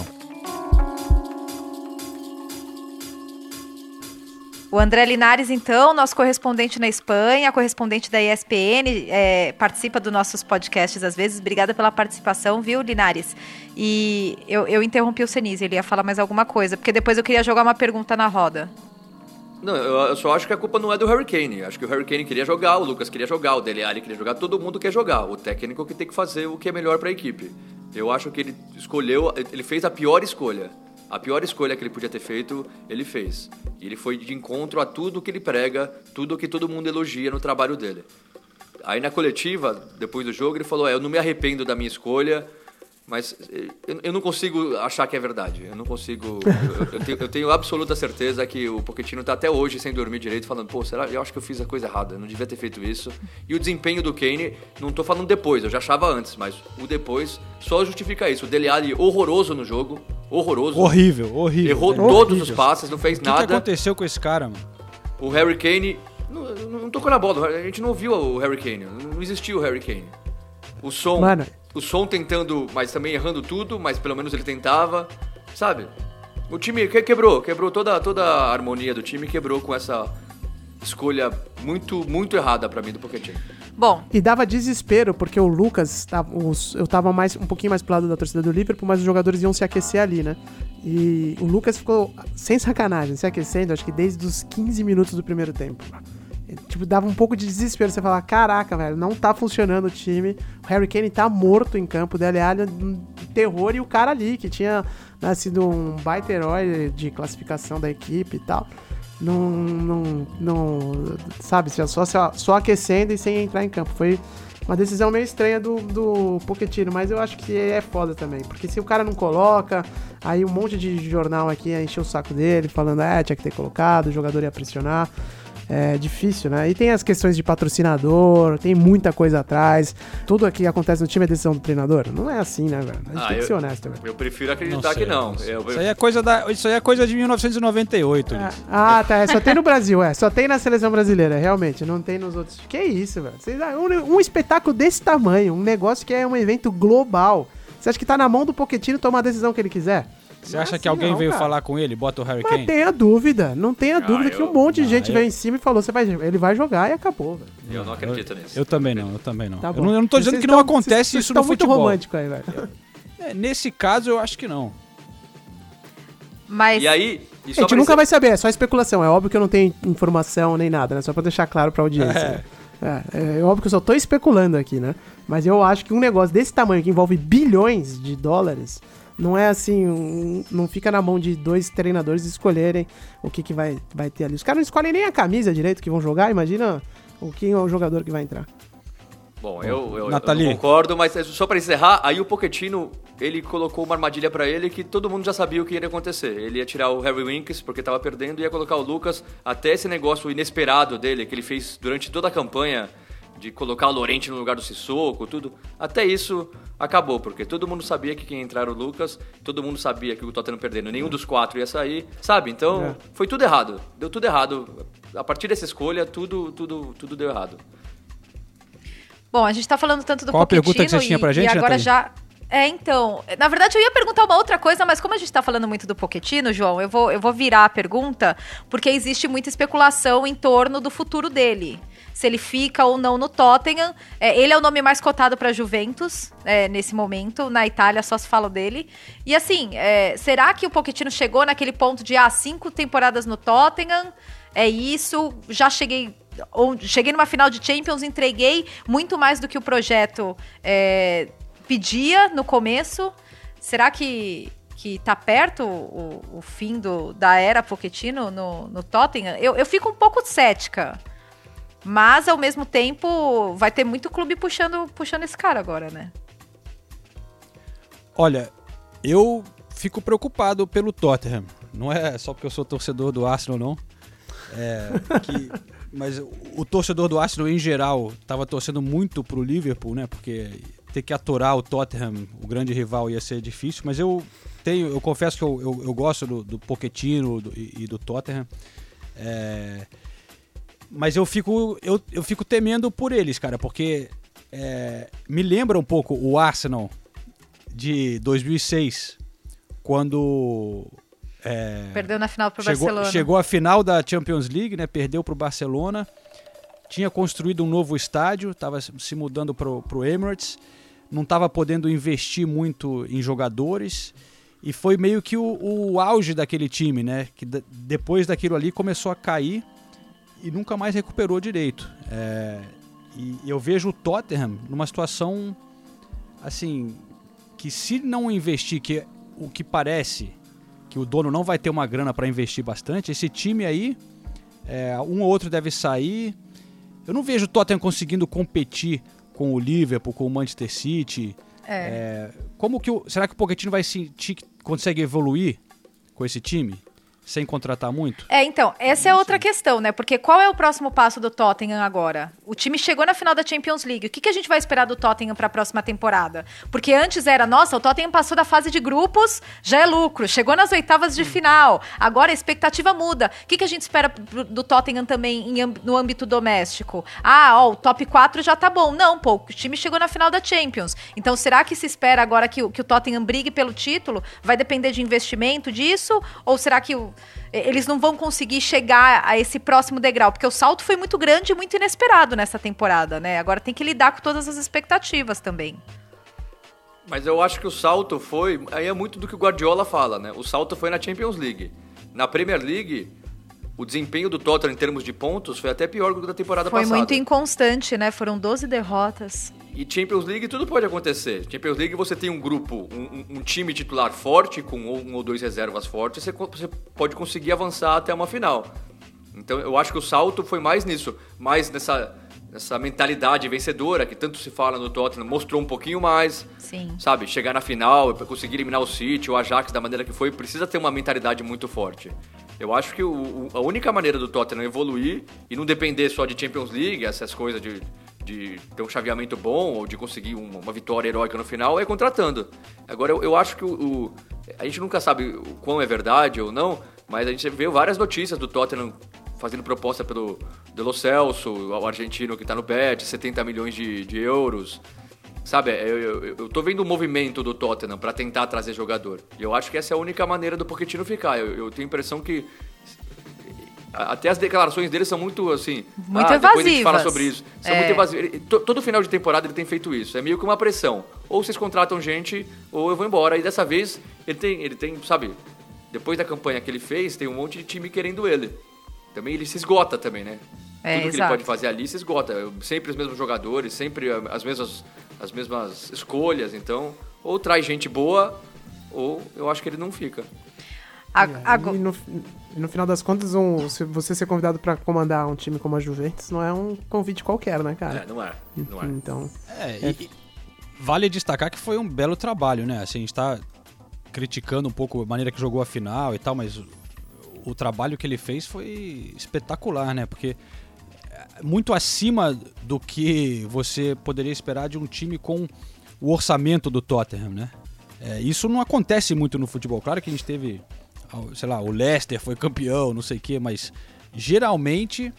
O André Linares, então, nosso correspondente na Espanha, correspondente da ESPN, participa dos nossos podcasts às vezes. Obrigada pela participação, viu, Linares? E eu interrompi o Senise, ele ia falar mais alguma coisa, porque depois eu queria jogar uma pergunta na roda. Não, eu só acho que a culpa não é do Harry Kane. Acho que o Harry Kane queria jogar, o Lucas queria jogar, o Dele Alli queria jogar, todo mundo quer jogar. O técnico que tem que fazer o que é melhor para a equipe. Eu acho que ele fez a pior escolha. A pior escolha que ele podia ter feito, ele fez. E ele foi de encontro a tudo que ele prega, tudo que todo mundo elogia no trabalho dele. Aí na coletiva, depois do jogo, ele falou, eu não me arrependo da minha escolha, mas eu não consigo achar que é verdade. Eu não consigo... eu tenho absoluta certeza que o Pochettino está até hoje sem dormir direito, falando, eu acho que eu fiz a coisa errada, eu não devia ter feito isso. E o desempenho do Kane, não estou falando depois, eu já achava antes, mas o depois só justifica isso. O Dele Alli horroroso no jogo, horroroso. Horrível. Errou todos os passes, não fez nada. O que aconteceu com esse cara, mano? O Harry Kane, não tocou na bola, a gente não ouviu o Harry Kane, não existiu o Harry Kane. O som tentando, mas também errando tudo, mas pelo menos ele tentava, sabe? O time quebrou toda a harmonia do time, quebrou com essa escolha muito errada pra mim do Pochettino. Bom. E dava desespero, porque o Lucas, eu tava um pouquinho mais pro lado da torcida do Liverpool, mas os jogadores iam se aquecer ali, né? E o Lucas ficou, sem sacanagem, se aquecendo, acho que desde os 15 minutos do primeiro tempo. Tipo, dava um pouco de desespero, você falar, caraca, velho, não tá funcionando o time, o Harry Kane tá morto em campo, o Dele Alli um terror, e o cara ali, que tinha sido um baita herói de classificação da equipe e tal, não sabe, só aquecendo e sem entrar em campo. Foi uma decisão meio estranha do Pochettino, mas eu acho que é foda também, porque se o cara não coloca, aí um monte de jornal aqui ia encher o saco dele, falando, tinha que ter colocado, o jogador ia pressionar. É difícil, né? E tem as questões de patrocinador, tem muita coisa atrás. Tudo aqui que acontece no time é decisão do treinador. Não é assim, né, velho? A gente tem que ser honesto, velho. Eu prefiro acreditar que não. Isso aí é coisa de 1998. Tá. Só tem no Brasil, só tem na seleção brasileira, realmente. Não tem nos outros. Que isso, velho? Um espetáculo desse tamanho, um negócio que é um evento global. Você acha que tá na mão do Pochettino tomar a decisão que ele quiser? Você acha que alguém veio falar com ele, bota o Harry Kane? Não tenha dúvida, que um monte de gente veio em cima e falou, ele vai jogar e acabou, velho. Eu não acredito nisso. Eu também não. Tá eu não tô dizendo que não acontece isso no futebol. Muito romântico aí, velho. Nesse caso, eu acho que não. Mas... E aí... A gente nunca vai saber, é só especulação. É óbvio que eu não tenho informação nem nada, né? Só pra deixar claro pra audiência. É óbvio que eu só tô especulando aqui, né? Mas eu acho que um negócio desse tamanho, que envolve bilhões de dólares... Não é assim, não fica na mão de dois treinadores escolherem o que vai ter ali. Os caras não escolhem nem a camisa direito que vão jogar, imagina quem é o jogador que vai entrar. Bom, eu não concordo, mas só para encerrar, aí o Pochettino, ele colocou uma armadilha para ele que todo mundo já sabia o que ia acontecer. Ele ia tirar o Harry Winks porque estava perdendo e ia colocar o Lucas, até esse negócio inesperado dele, que ele fez durante toda a campanha, de colocar o Llorente no lugar do Sissoko, tudo. Até isso acabou, porque todo mundo sabia que quem ia entrar era o Lucas, todo mundo sabia que o Tottenham perdendo, nenhum dos 4 ia sair, sabe? Então, foi tudo errado, deu tudo errado. A partir dessa escolha, tudo deu errado. Bom, a gente tá falando tanto do Qual Pochettino a pergunta que você tinha pra gente, e agora Nathalie? já... então, na verdade eu ia perguntar uma outra coisa, mas como a gente tá falando muito do Pochettino, João, eu vou virar a pergunta, porque existe muita especulação em torno do futuro dele. Se ele fica ou não no Tottenham. Ele é o nome mais cotado para Juventus nesse momento. Na Itália só se fala dele. E assim, será que o Pochettino chegou naquele ponto de 5 temporadas no Tottenham? É isso, já cheguei numa final de Champions, entreguei muito mais do que o projeto pedia no começo. Será que tá perto o fim da era Pochettino no Tottenham? Eu fico um pouco cética. Mas, ao mesmo tempo, vai ter muito clube puxando esse cara agora, né? Olha, eu fico preocupado pelo Tottenham. Não é só porque eu sou torcedor do Arsenal, não. Mas o torcedor do Arsenal, em geral, estava torcendo muito pro Liverpool, né? Porque ter que aturar o Tottenham, o grande rival, ia ser difícil. Mas eu confesso que eu gosto do Pochettino e do Tottenham. Mas eu fico temendo por eles, cara, porque me lembra um pouco o Arsenal de 2006, quando perdeu na final pro Barcelona. Chegou à final da Champions League, né? Perdeu pro Barcelona, tinha construído um novo estádio, estava se mudando pro Emirates, não estava podendo investir muito em jogadores, e foi meio que o auge daquele time, né? Que depois daquilo ali começou a cair e nunca mais recuperou direito. E eu vejo o Tottenham numa situação assim, que se não investir, que o que parece que o dono não vai ter uma grana para investir bastante, esse time aí, um ou outro deve sair. Eu não vejo o Tottenham conseguindo competir com o Liverpool, com o Manchester City. Será que o Pochettino vai sentir que consegue evoluir com esse time? Sem contratar muito? Então, essa é outra questão, né? Porque qual é o próximo passo do Tottenham agora? O time chegou na final da Champions League. O que a gente vai esperar do Tottenham para a próxima temporada? Porque antes era, nossa, o Tottenham passou da fase de grupos, já é lucro. Chegou nas oitavas de final. Agora a expectativa muda. O que a gente espera do Tottenham também no âmbito doméstico? O top 4 já tá bom. Não, o time chegou na final da Champions. Então, será que se espera agora que o Tottenham brigue pelo título? Vai depender de investimento disso? Ou será que eles não vão conseguir chegar a esse próximo degrau? Porque o salto foi muito grande e muito inesperado nessa temporada, né? Agora tem que lidar com todas as expectativas também. Mas eu acho que o salto foi... Aí é muito do que o Guardiola fala, né? O salto foi na Champions League. Na Premier League, o desempenho do Tottenham em termos de pontos foi até pior do que da temporada passada. Foi muito inconstante, né? Foram 12 derrotas. E Champions League tudo pode acontecer. Champions League você tem um grupo, um time titular forte, com um ou dois reservas fortes, você pode conseguir avançar até uma final. Então eu acho que o salto foi mais nisso, mais nessa mentalidade vencedora que tanto se fala no Tottenham, mostrou um pouquinho mais. Sim. Sabe, chegar na final, conseguir eliminar o City, o Ajax da maneira que foi, precisa ter uma mentalidade muito forte. Eu acho que a única maneira do Tottenham evoluir e não depender só de Champions League, essas coisas de ter um chaveamento bom ou de conseguir uma vitória heróica no final, é contratando. Agora, eu acho que a gente nunca sabe o quão é verdade ou não, mas a gente vê várias notícias do Tottenham fazendo proposta pelo De Lo Celso, o argentino que está no Bet, 70 milhões de euros. Sabe, eu tô vendo o movimento do Tottenham para tentar trazer jogador. E eu acho que essa é a única maneira do Pochettino ficar. Eu tenho a impressão que até as declarações dele são muito, assim... Muito evasivas. Depois a gente fala sobre isso. São muito evasivas. Todo final de temporada ele tem feito isso. É meio que uma pressão. Ou vocês contratam gente, ou eu vou embora. E dessa vez, ele tem, sabe... Depois da campanha que ele fez, tem um monte de time querendo ele. Também ele se esgota também, né? Tudo que ele pode fazer ali se esgota. Sempre os mesmos jogadores, sempre as mesmas escolhas. Então, ou traz gente boa, ou eu acho que ele não fica. E no final das contas, se você ser convidado para comandar um time como a Juventus, não é um convite qualquer, né, cara? Não é. Então, vale destacar que foi um belo trabalho, né? Assim, a gente tá criticando um pouco a maneira que jogou a final e tal, mas o trabalho que ele fez foi espetacular, né? Porque muito acima do que você poderia esperar de um time com o orçamento do Tottenham, né? Isso não acontece muito no futebol. Claro que a gente teve, sei lá, o Leicester foi campeão, não sei o quê, mas geralmente,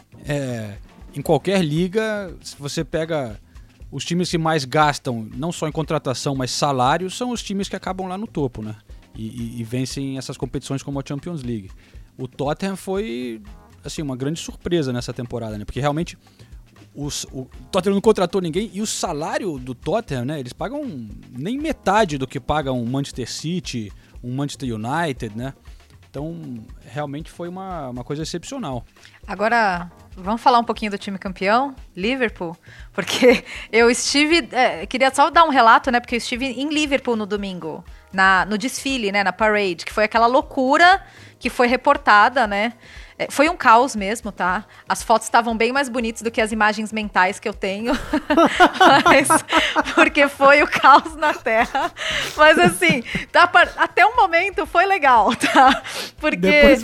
em qualquer liga, se você pega os times que mais gastam, não só em contratação, mas salários, são os times que acabam lá no topo, né? E vencem essas competições como a Champions League. O Tottenham foi, assim, uma grande surpresa nessa temporada, né? Porque realmente o Tottenham não contratou ninguém e o salário do Tottenham, né? Eles pagam nem metade do que pagam um Manchester City, um Manchester United, né? Então, realmente foi uma coisa excepcional. Agora, vamos falar um pouquinho do time campeão, Liverpool? Porque eu estive... queria só dar um relato, né? Porque eu estive em Liverpool no domingo, no desfile, né? Na parade, que foi aquela loucura que foi reportada, né? Foi um caos mesmo, tá? As fotos estavam bem mais bonitas do que as imagens mentais que eu tenho. Mas, porque foi o caos na Terra. Mas assim, até o momento foi legal, tá? Porque... Depois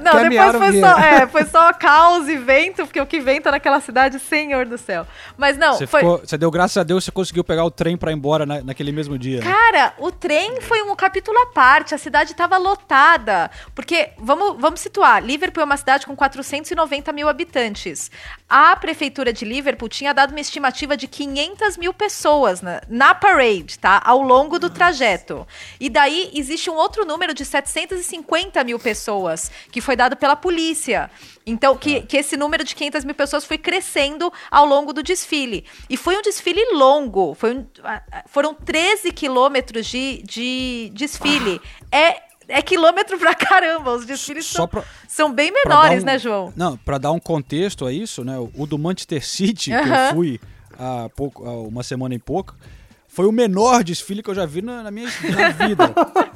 foi só caos e vento, porque o que venta naquela cidade, Senhor do céu. Mas não, você deu graças a Deus, você conseguiu pegar o trem pra ir embora naquele mesmo dia. Cara, o trem foi um capítulo à parte, a cidade tava lotada. Porque, vamos situar, Liverpool é uma cidade com 490 mil habitantes. A prefeitura de Liverpool tinha dado uma estimativa de 500 mil pessoas na parade, tá? Ao longo do trajeto. E daí existe um outro número de 750 mil pessoas que foi dado pela polícia. Então, que esse número de 500 mil pessoas foi crescendo ao longo do desfile. E foi um desfile longo. Foram 13 quilômetros de desfile. É quilômetro pra caramba, os desfiles são bem menores, né, João? Não, pra dar um contexto a isso, né, o do Manchester City, que eu fui há uma semana e pouco, foi o menor desfile que eu já vi na minha vida.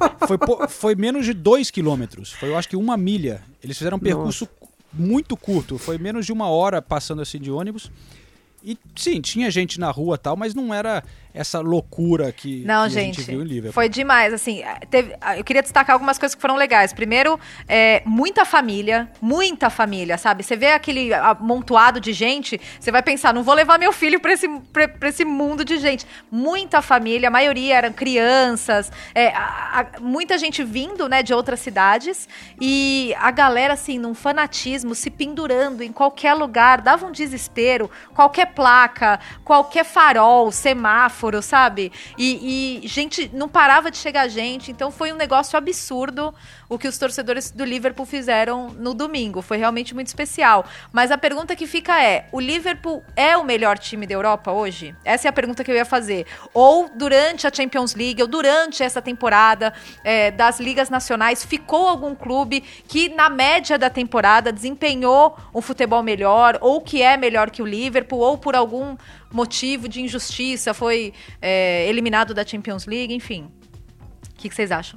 Foi menos de 2 quilômetros, foi eu acho que 1 milha. Eles fizeram um percurso muito curto, foi menos de 1 hora passando assim de ônibus. E sim, tinha gente na rua e tal, mas não era essa loucura que a gente viu em Liverpool. Foi demais, assim, eu queria destacar algumas coisas que foram legais. Primeiro, muita família, sabe? Você vê aquele amontoado de gente, você vai pensar, não vou levar meu filho pra esse mundo de gente. Muita família, a maioria eram crianças, muita gente vindo, né, de outras cidades, e a galera, assim, num fanatismo, se pendurando em qualquer lugar, dava um desespero, qualquer placa, qualquer farol, semáforo, sabe? E gente, não parava de chegar gente, então foi um negócio absurdo o que os torcedores do Liverpool fizeram no domingo, foi realmente muito especial. Mas a pergunta que fica o Liverpool é o melhor time da Europa hoje? Essa é a pergunta que eu ia fazer. Ou durante a Champions League, ou durante essa temporada das ligas nacionais, ficou algum clube que na média da temporada desempenhou um futebol melhor, ou que é melhor que o Liverpool, ou por algum motivo de injustiça foi eliminado da Champions League, enfim. O que vocês acham?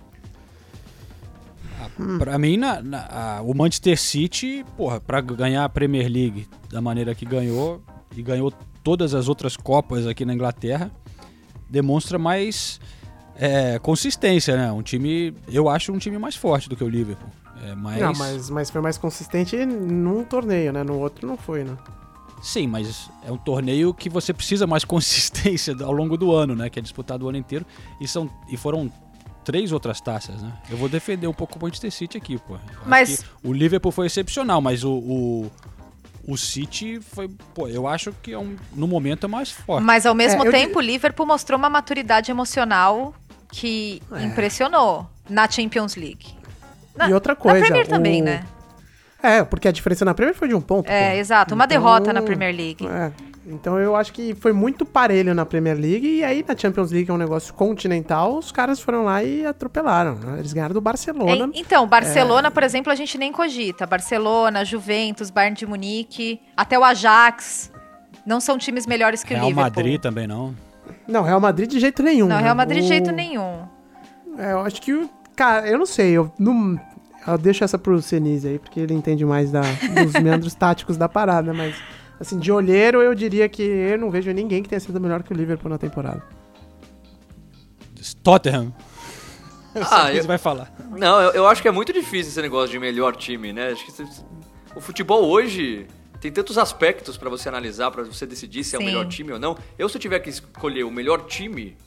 Pra mim, o Manchester City, pra ganhar a Premier League da maneira que ganhou, e ganhou todas as outras Copas aqui na Inglaterra, demonstra mais consistência, né? Eu acho um time mais forte do que o Liverpool. Não, mas foi mais consistente num torneio, né? No outro não foi, né? Sim, mas é um torneio que você precisa mais consistência ao longo do ano, né? Que é disputado o ano inteiro. E foram 3 outras taças, né? Eu vou defender um pouco o Manchester City aqui, pô. Mas o Liverpool foi excepcional, mas o City foi... Pô, eu acho que no momento é mais forte. Mas ao mesmo tempo, o Liverpool mostrou uma maturidade emocional que impressionou na Champions League. E outra coisa... Na Premier também, né? Porque a diferença na Premier foi de 1 ponto. Exato. Uma derrota na Premier League. Então eu acho que foi muito parelho na Premier League. E aí na Champions League, que é um negócio continental, os caras foram lá e atropelaram, né? Eles ganharam do Barcelona. Então, Barcelona, por exemplo, a gente nem cogita. Barcelona, Juventus, Bayern de Munique, até o Ajax. Não são times melhores que o Liverpool. Real Madrid também não. Não, Real Madrid de jeito nenhum. Não, Real Madrid de jeito nenhum. Eu acho que cara, eu não sei, eu deixo essa pro Senise aí, porque ele entende mais dos meandros táticos da parada, mas assim, de olheiro eu diria que eu não vejo ninguém que tenha sido melhor que o Liverpool na temporada. Tottenham. Você vai falar. Não, eu acho que é muito difícil esse negócio de melhor time, né? Acho que o futebol hoje tem tantos aspectos para você analisar, para você decidir se é o melhor time ou não. Se eu tiver que escolher o melhor time,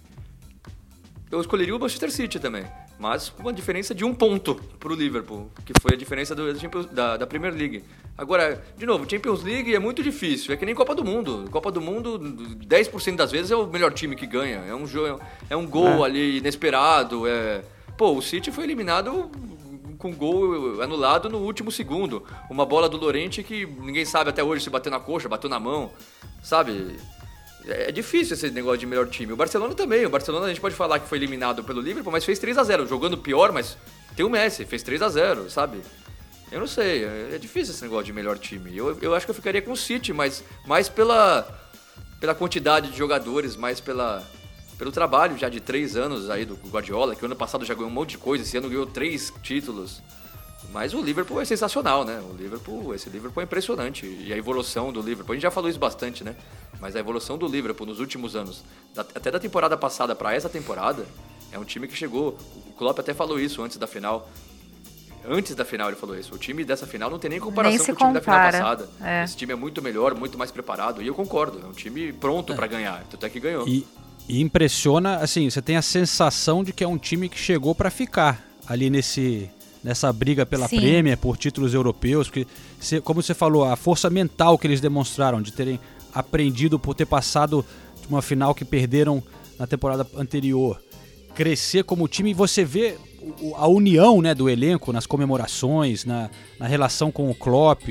eu escolheria o Manchester City também. Mas com uma diferença de 1 ponto pro Liverpool, que foi a diferença da Premier League. Agora, de novo, Champions League é muito difícil, é que nem Copa do Mundo. Copa do Mundo, 10% das vezes é o melhor time que ganha. É um gol ali inesperado. O City foi eliminado com gol anulado no último segundo. Uma bola do Llorente que ninguém sabe até hoje se bateu na coxa, bateu na mão, sabe? É difícil esse negócio de melhor time. O Barcelona também. O Barcelona a gente pode falar que foi eliminado pelo Liverpool, mas fez 3-0. Jogando pior, mas tem o Messi, fez 3-0, sabe? Eu não sei. É difícil esse negócio de melhor time. Eu acho que eu ficaria com o City, mas mais pela quantidade de jogadores, mais pelo trabalho já de 3 anos aí do Guardiola, que o ano passado já ganhou um monte de coisa, esse ano ganhou 3 títulos. Mas o Liverpool é sensacional, né? Esse Liverpool é impressionante. E a evolução do Liverpool, a gente já falou isso bastante, né? Mas a evolução do Liverpool nos últimos anos, até da temporada passada para essa temporada, é um time que chegou. O Klopp até falou isso antes da final. Antes da final ele falou isso. O time dessa final não tem nem comparação com o time da final passada. Esse time é muito melhor, muito mais preparado. E eu concordo, é um time pronto para ganhar. Tanto é que ganhou. E impressiona, assim, você tem a sensação de que é um time que chegou para ficar ali nessa briga pela Premier, por títulos europeus, porque, como você falou, a força mental que eles demonstraram de terem aprendido por ter passado de uma final que perderam na temporada anterior, crescer como time, e você vê a união, né, do elenco nas comemorações, na relação com o Klopp.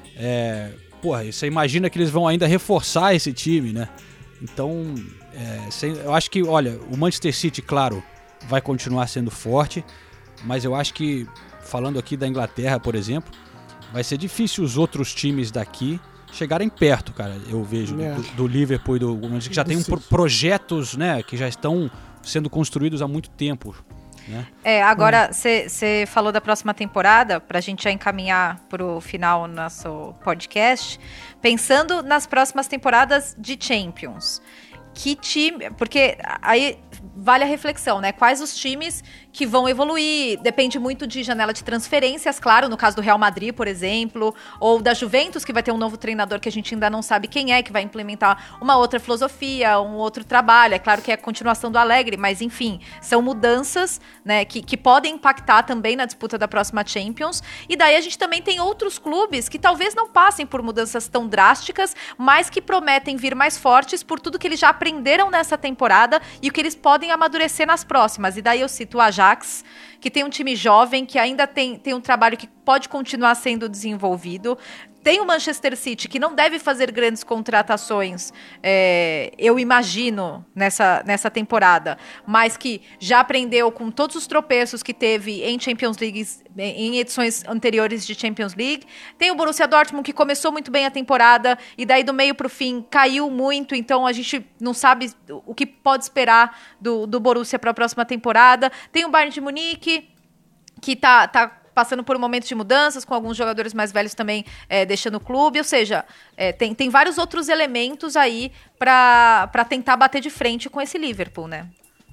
Você imagina que eles vão ainda reforçar esse time, né? Então, eu acho que, olha, o Manchester City, claro, vai continuar sendo forte, mas eu acho que, falando aqui da Inglaterra, por exemplo, vai ser difícil os outros times daqui chegarem perto, cara. Eu vejo do Liverpool e do Manchester, que já tem projetos, né, que já estão sendo construídos há muito tempo, né? Agora, você falou da próxima temporada, pra gente já encaminhar pro final do nosso podcast, pensando nas próximas temporadas de Champions. Que time... Porque aí vale a reflexão, né? Quais os times que vão evoluir? Depende muito de janela de transferências, claro, no caso do Real Madrid, por exemplo, ou da Juventus, que vai ter um novo treinador que a gente ainda não sabe quem é, que vai implementar uma outra filosofia, um outro trabalho. É claro que é a continuação do Allegri, mas enfim, são mudanças, né, que podem impactar também na disputa da próxima Champions. E daí a gente também tem outros clubes que talvez não passem por mudanças tão drásticas, mas que prometem vir mais fortes por tudo que eles já aprenderam nessa temporada e o que eles podem amadurecer nas próximas. E daí eu cito o Ajax, que tem um time jovem, que ainda tem um trabalho que pode continuar sendo desenvolvido. Tem o Manchester City, que não deve fazer grandes contratações, eu imagino, nessa temporada, mas que já aprendeu com todos os tropeços que teve em Champions League, em edições anteriores de Champions League. Tem o Borussia Dortmund, que começou muito bem a temporada, e daí do meio para o fim caiu muito, então a gente não sabe o que pode esperar do Borussia para a próxima temporada. Tem o Bayern de Munique, que tá passando por um momento de mudanças, com alguns jogadores mais velhos também deixando o clube. Ou seja, tem vários outros elementos aí para tentar bater de frente com esse Liverpool, né?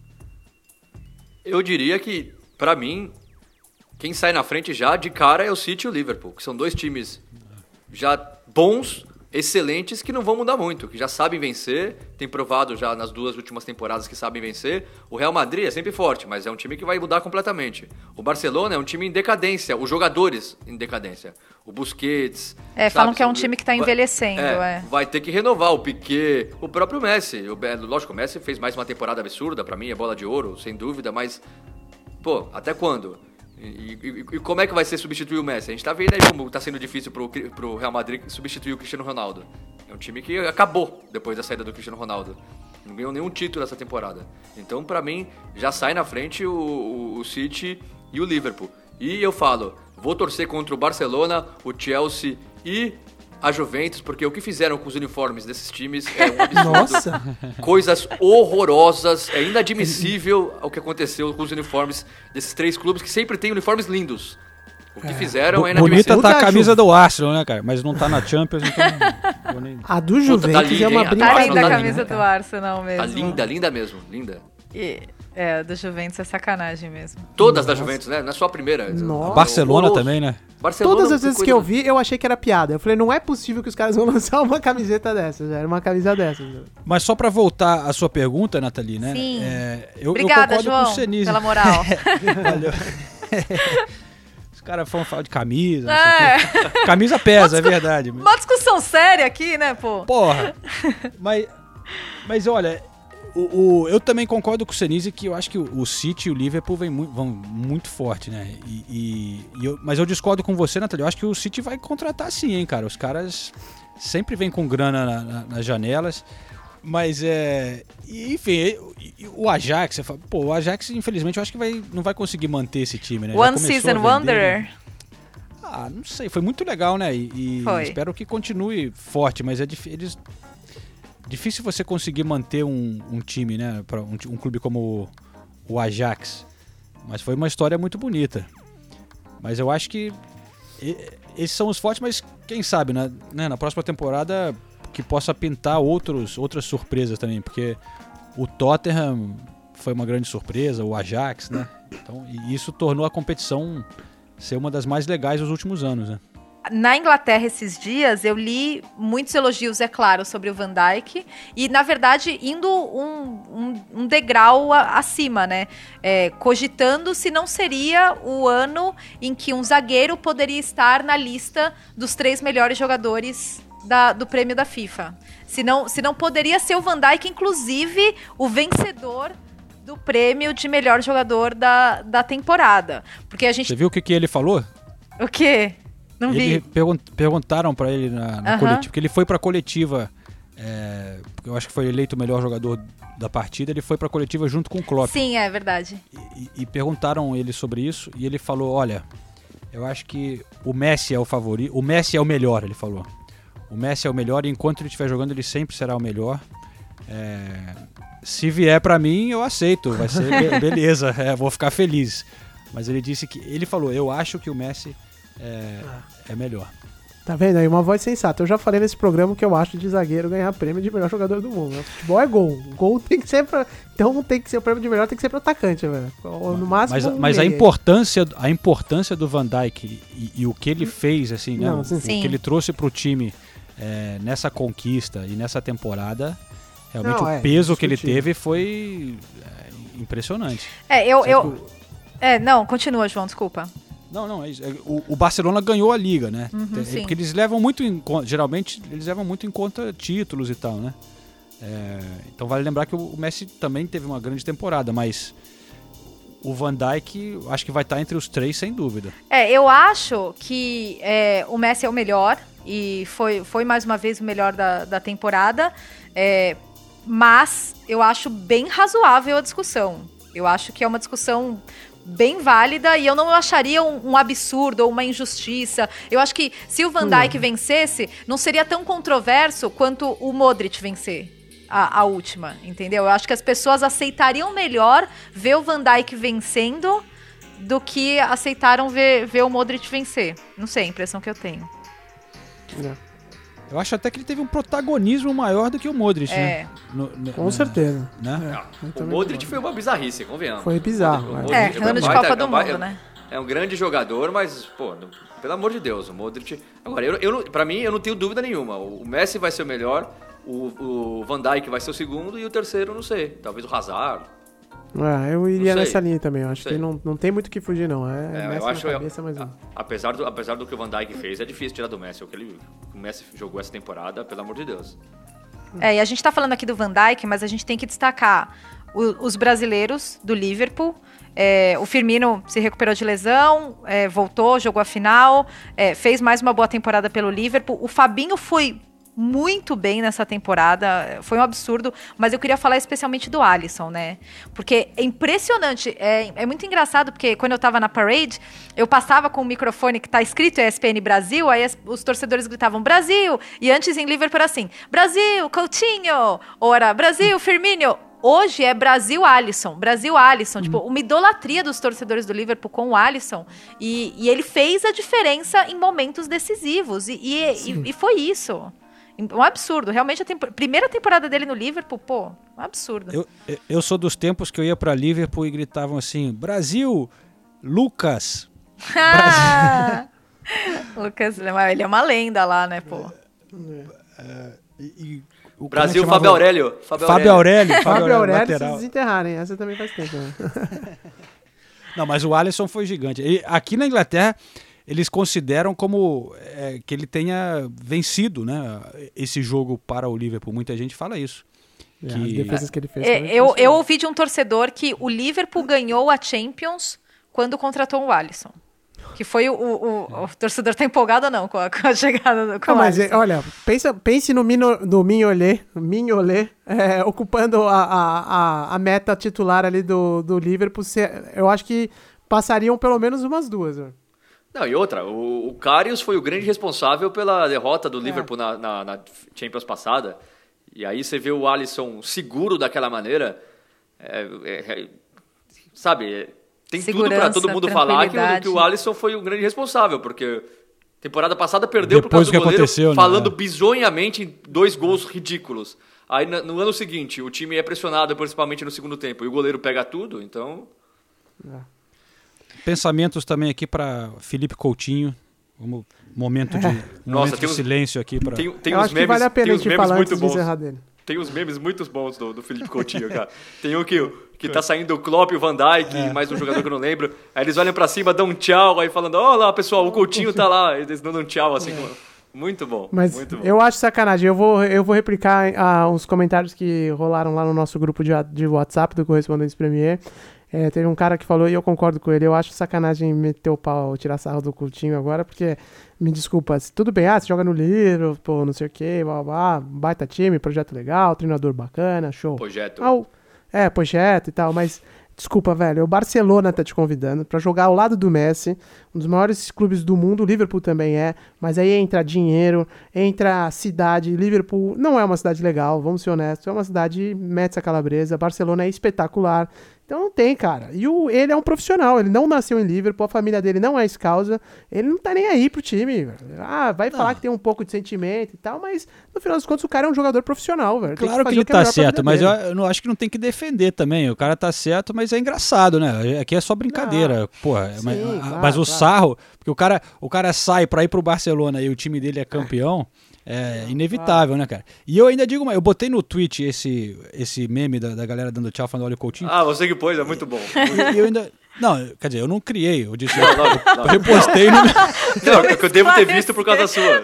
Eu diria que, para mim, quem sai na frente já de cara é o City e o Liverpool, que são dois times já bons, excelentes, que não vão mudar muito, que já sabem vencer, tem provado já nas 2 últimas temporadas que sabem vencer. O Real Madrid é sempre forte, mas é um time que vai mudar completamente. O Barcelona é um time em decadência, os jogadores em decadência. O Busquets... falam que é um time que está envelhecendo. Vai ter que renovar o Piqué, o próprio Messi. Lógico, o Messi fez mais uma temporada absurda, pra mim é bola de ouro, sem dúvida, mas... até quando? E como é que vai ser substituir o Messi? A gente tá vendo aí como tá sendo difícil pro Real Madrid substituir o Cristiano Ronaldo. É um time que acabou depois da saída do Cristiano Ronaldo. Não ganhou nenhum título essa temporada. Então, pra mim, já sai na frente o City e o Liverpool. E eu falo, vou torcer contra o Barcelona, o Chelsea e a Juventus, porque o que fizeram com os uniformes desses times é um absurdo. Nossa! Coisas horrorosas, é inadmissível o que aconteceu com os uniformes desses 3 clubes que sempre têm uniformes lindos. O que fizeram é inadmissível. Bonita tá a camisa do Arsenal, né, cara? Mas não tá na Champions, então... A do Juventus é uma brincadeira. Tá linda a camisa do Arsenal mesmo. Tá linda mesmo, linda. Do Juventus é sacanagem mesmo. Todas da Juventus, né? Não é só a primeira. Nossa. Barcelona também, né? Barcelona, todas as vezes que eu vi, eu achei que era piada. Eu falei, não é possível que os caras vão lançar uma camiseta dessas. Era uma camisa dessas. Mas só pra voltar à sua pergunta, Nathalie, né? Sim. eu Obrigada, concordo João, com o Senise. pela moral. Valeu. Os caras foram falar de camisa. Camisa pesa, é verdade. Uma discussão séria aqui, né, pô? Porra. Mas olha, eu também concordo com o Senise que eu acho que o City e o Liverpool vão muito forte, né? Mas eu discordo com você, Nathalie. Eu acho que o City vai contratar sim, hein, cara. Os caras sempre vêm com grana nas janelas. Mas enfim, o Ajax, você fala, pô, o Ajax, infelizmente, eu acho que não vai conseguir manter esse time, né? One Season Wanderer? Não sei, foi muito legal, né? E espero que continue forte, mas difícil você conseguir manter um time, né? Para um clube como o Ajax. Mas foi uma história muito bonita. Mas eu acho que esses são os fortes, mas quem sabe, né? Na próxima temporada que possa pintar outras surpresas também, porque o Tottenham foi uma grande surpresa, o Ajax, né? Então, e isso tornou a competição ser uma das mais legais dos últimos anos, né? Na Inglaterra, esses dias, eu li muitos elogios, é claro, sobre o Van Dijk. E, na verdade, indo um degrau acima, né? Cogitando se não seria o ano em que um zagueiro poderia estar na lista dos 3 melhores jogadores do prêmio da FIFA. Se não poderia ser o Van Dijk, inclusive, o vencedor do prêmio de melhor jogador da temporada. Porque a gente... Você viu o que ele falou? O quê? Não vi. Perguntaram pra ele na coletiva, porque ele foi pra coletiva, eu acho que foi eleito o melhor jogador da partida, ele foi pra coletiva junto com o Klopp. Sim, é verdade. E perguntaram ele sobre isso, e ele falou, olha, eu acho que o Messi é o favorito, o Messi é o melhor, ele falou. O Messi é o melhor e enquanto ele estiver jogando, ele sempre será o melhor. Se vier pra mim, eu aceito, vai ser beleza, vou ficar feliz. Mas ele disse que, ele falou, eu acho que o Messi é melhor. Tá vendo aí? Uma voz sensata. Eu já falei nesse programa que eu acho de zagueiro ganhar prêmio de melhor jogador do mundo. Né? Futebol é gol. Gol tem que ser pra... Então não tem que ser o prêmio de melhor, tem que ser pro atacante, velho. No máximo. Mas a importância do Van Dijk e o que ele fez, assim, né? O que ele trouxe pro time nessa conquista e nessa temporada, realmente o peso que ele teve foi impressionante. Não, continua, João, desculpa. Não, o Barcelona ganhou a Liga, né? Porque eles levam muito em conta, geralmente eles levam muito em conta títulos e tal, né? Então vale lembrar que o Messi também teve uma grande temporada, mas o Van Dijk acho que vai estar entre os 3 sem dúvida. Eu acho que o Messi é o melhor e foi mais uma vez o melhor da temporada, mas eu acho bem razoável a discussão. Eu acho que é uma discussão bem válida e eu não acharia um absurdo ou uma injustiça. Eu acho que se o Van Dijk vencesse, não seria tão controverso quanto o Modric vencer a última, entendeu? Eu acho que as pessoas aceitariam melhor ver o Van Dijk vencendo do que aceitaram ver o Modric vencer. Não sei, a impressão que eu tenho. Eu acho até que ele teve um protagonismo maior do que o Modric, né? Com certeza. Né? O Modric foi uma bizarrice, convenhamos. Foi bizarro. Ano de Copa do Mundo, né? É um grande jogador, mas, pô, pelo amor de Deus, o Modric... Agora, pra mim, eu não tenho dúvida nenhuma. O Messi vai ser o melhor, o Van Dijk vai ser o segundo e o terceiro, não sei. Talvez o Hazard. Eu iria nessa linha também. Eu acho que não tem muito o que fugir, não. Messi eu acho na cabeça, mas... Apesar do que o Van Dijk fez, é difícil tirar do Messi. O Messi jogou essa temporada, pelo amor de Deus. E a gente tá falando aqui do Van Dijk, mas a gente tem que destacar os brasileiros do Liverpool. O Firmino se recuperou de lesão, voltou, jogou a final, fez mais uma boa temporada pelo Liverpool. O Fabinho foi muito bem nessa temporada, foi um absurdo, mas eu queria falar especialmente do Alisson, né? Porque é impressionante, é muito engraçado, porque quando eu tava na Parade, eu passava com o microfone que tá escrito ESPN Brasil, aí os torcedores gritavam Brasil, e antes em Liverpool era assim, Brasil, Coutinho, ou era Brasil, Firmino. Hoje é Brasil-Alisson, tipo, uma idolatria dos torcedores do Liverpool com o Alisson, e ele fez a diferença em momentos decisivos, e foi isso. Um absurdo. Realmente, primeira temporada dele no Liverpool, pô, um absurdo. Eu sou dos tempos que eu ia pra Liverpool e gritavam assim, Brasil, Lucas. Brasil. Lucas, ele é uma lenda lá, né, pô. O Brasil, Fábio Aurélio. Fábio Aurélio, lateral. se desenterrarem. Essa também faz tempo. Né? Não, mas o Alisson foi gigante. E aqui na Inglaterra, eles consideram como que ele tenha vencido, né, esse jogo para o Liverpool. Muita gente fala isso. As defesas que ele fez. Eu ouvi de um torcedor que o Liverpool ganhou a Champions quando contratou o Alisson. Que foi o torcedor tá empolgado ou não com a chegada do Alisson. Mas olha, pense no Mignolet ocupando a meta titular ali do Liverpool. Eu acho que passariam pelo menos umas duas. Né? Não, e outra, o Karius foi o grande responsável pela derrota do Liverpool na Champions passada. E aí você vê o Alisson seguro daquela maneira, sabe... Tem tudo para todo mundo falar que o Alisson foi o grande responsável, porque temporada passada perdeu depois por causa do goleiro, falando né? bizonhamente em 2 gols ridículos. Aí no ano seguinte, o time é pressionado principalmente no segundo tempo, e o goleiro pega tudo, então... Pensamentos também aqui para Felipe Coutinho. Momento de silêncio aqui. Tem uns memes, vale a pena tem memes muito bons. Tem uns memes muito bons do Felipe Coutinho, cara. Tem um que tá saindo o Klopp e o Van Dijk, mais um jogador que eu não lembro. Aí eles olham pra cima, dão um tchau, aí falando, ó lá, pessoal, o Coutinho tá lá. Eles dão um tchau, assim, muito bom. Mas muito bom. Eu acho sacanagem. Eu vou replicar uns comentários que rolaram lá no nosso grupo de WhatsApp do Correspondentes Premier. Teve um cara que falou, e eu concordo com ele, eu acho sacanagem meter o pau, tirar sarro do Coutinho agora, porque, me desculpa, tudo bem, você joga no Livro, pô, não sei o que, baita time, projeto legal, treinador bacana, show. Projeto. Projeto e tal, mas, desculpa, velho, o Barcelona tá te convidando pra jogar ao lado do Messi, um dos maiores clubes do mundo, o Liverpool também mas aí entra dinheiro, entra cidade, Liverpool não é uma cidade legal, vamos ser honestos, é uma cidade Metza Calabresa, Barcelona é espetacular. Então não tem, cara. E ele é um profissional, ele não nasceu em Liverpool, a família dele não é escausa, ele não tá nem aí pro time. Vai falar que tem um pouco de sentimento e tal, mas no final dos contos o cara é um jogador profissional, velho. Claro que ele tá certo, mas eu não acho que não tem que defender também. O cara tá certo, mas é engraçado, né? Aqui é só brincadeira, porra. Mas o sarro, porque o cara sai pra ir pro Barcelona e o time dele é campeão. É inevitável, né, cara? E eu ainda digo, eu botei no tweet esse meme da galera dando tchau, falando olha o Coutinho. Ah, você que pôs, é muito bom. E eu ainda... Não, quer dizer, eu não criei, eu disse... Eu repostei no... Não, eu devo ter visto por causa da sua.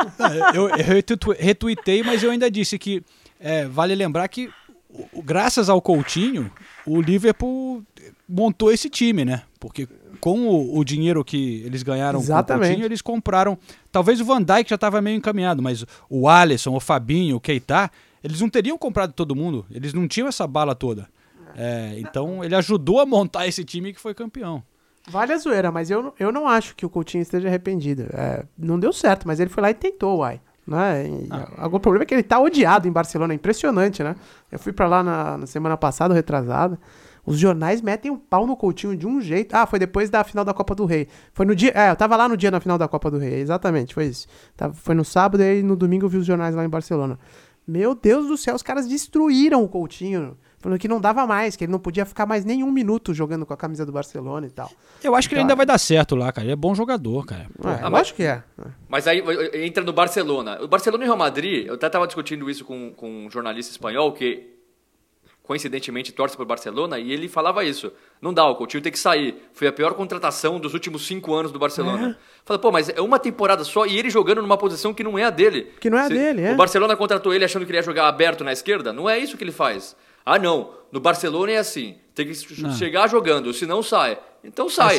Eu retuitei, mas eu ainda disse que vale lembrar que, graças ao Coutinho, o Liverpool montou esse time, né? Porque... com o dinheiro que eles ganharam com o Coutinho, eles compraram... Talvez o Van Dijk já estava meio encaminhado, mas o Alisson, o Fabinho, o Keita, eles não teriam comprado todo mundo. Eles não tinham essa bala toda. Então, ele ajudou a montar esse time que foi campeão. Vale a zoeira, mas eu não acho que o Coutinho esteja arrependido. Não deu certo, mas ele foi lá e tentou, uai. Né? O problema é que ele tá odiado em Barcelona. É impressionante, né? Eu fui pra lá na semana passada, retrasada. Os jornais metem um pau no Coutinho de um jeito. Foi depois da final da Copa do Rei. Foi no dia... eu tava lá no dia na final da Copa do Rei. Exatamente, foi isso. Foi no sábado e no domingo eu vi os jornais lá em Barcelona. Meu Deus do céu, os caras destruíram o Coutinho. Falando que não dava mais, que ele não podia ficar mais nem um minuto jogando com a camisa do Barcelona e tal. Eu acho que ele ainda vai dar certo lá, cara. Ele é bom jogador, cara. Eu acho que é. Mas aí entra no Barcelona. O Barcelona e o Real Madrid, eu até tava discutindo isso com um jornalista espanhol que... coincidentemente torce para o Barcelona, e ele falava isso. Não dá, o Coutinho tem que sair. Foi a pior contratação dos últimos 5 anos do Barcelona. Fala, pô, mas é uma temporada só e ele jogando numa posição que não é a dele. Que não é a dele, O Barcelona contratou ele achando que ele ia jogar aberto na esquerda? Não é isso que ele faz. Ah, não. No Barcelona é assim. Tem que chegar jogando, se não sai. Então sai.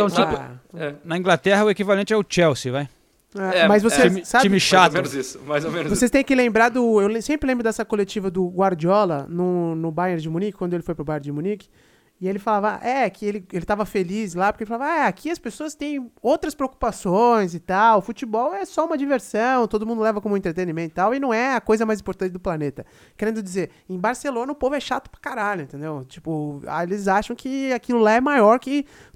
Na Inglaterra o equivalente é o Chelsea, vai. Mas você sabe... Time chato. Mais ou menos Vocês têm que lembrar eu sempre lembro dessa coletiva do Guardiola no Bayern de Munique, quando ele foi pro Bayern de Munique. E ele falava, que ele tava feliz lá, porque ele falava, aqui as pessoas têm outras preocupações e tal, o futebol é só uma diversão, todo mundo leva como entretenimento e tal, e não é a coisa mais importante do planeta. Querendo dizer, em Barcelona o povo é chato pra caralho, entendeu? Tipo, eles acham que aquilo lá é maior que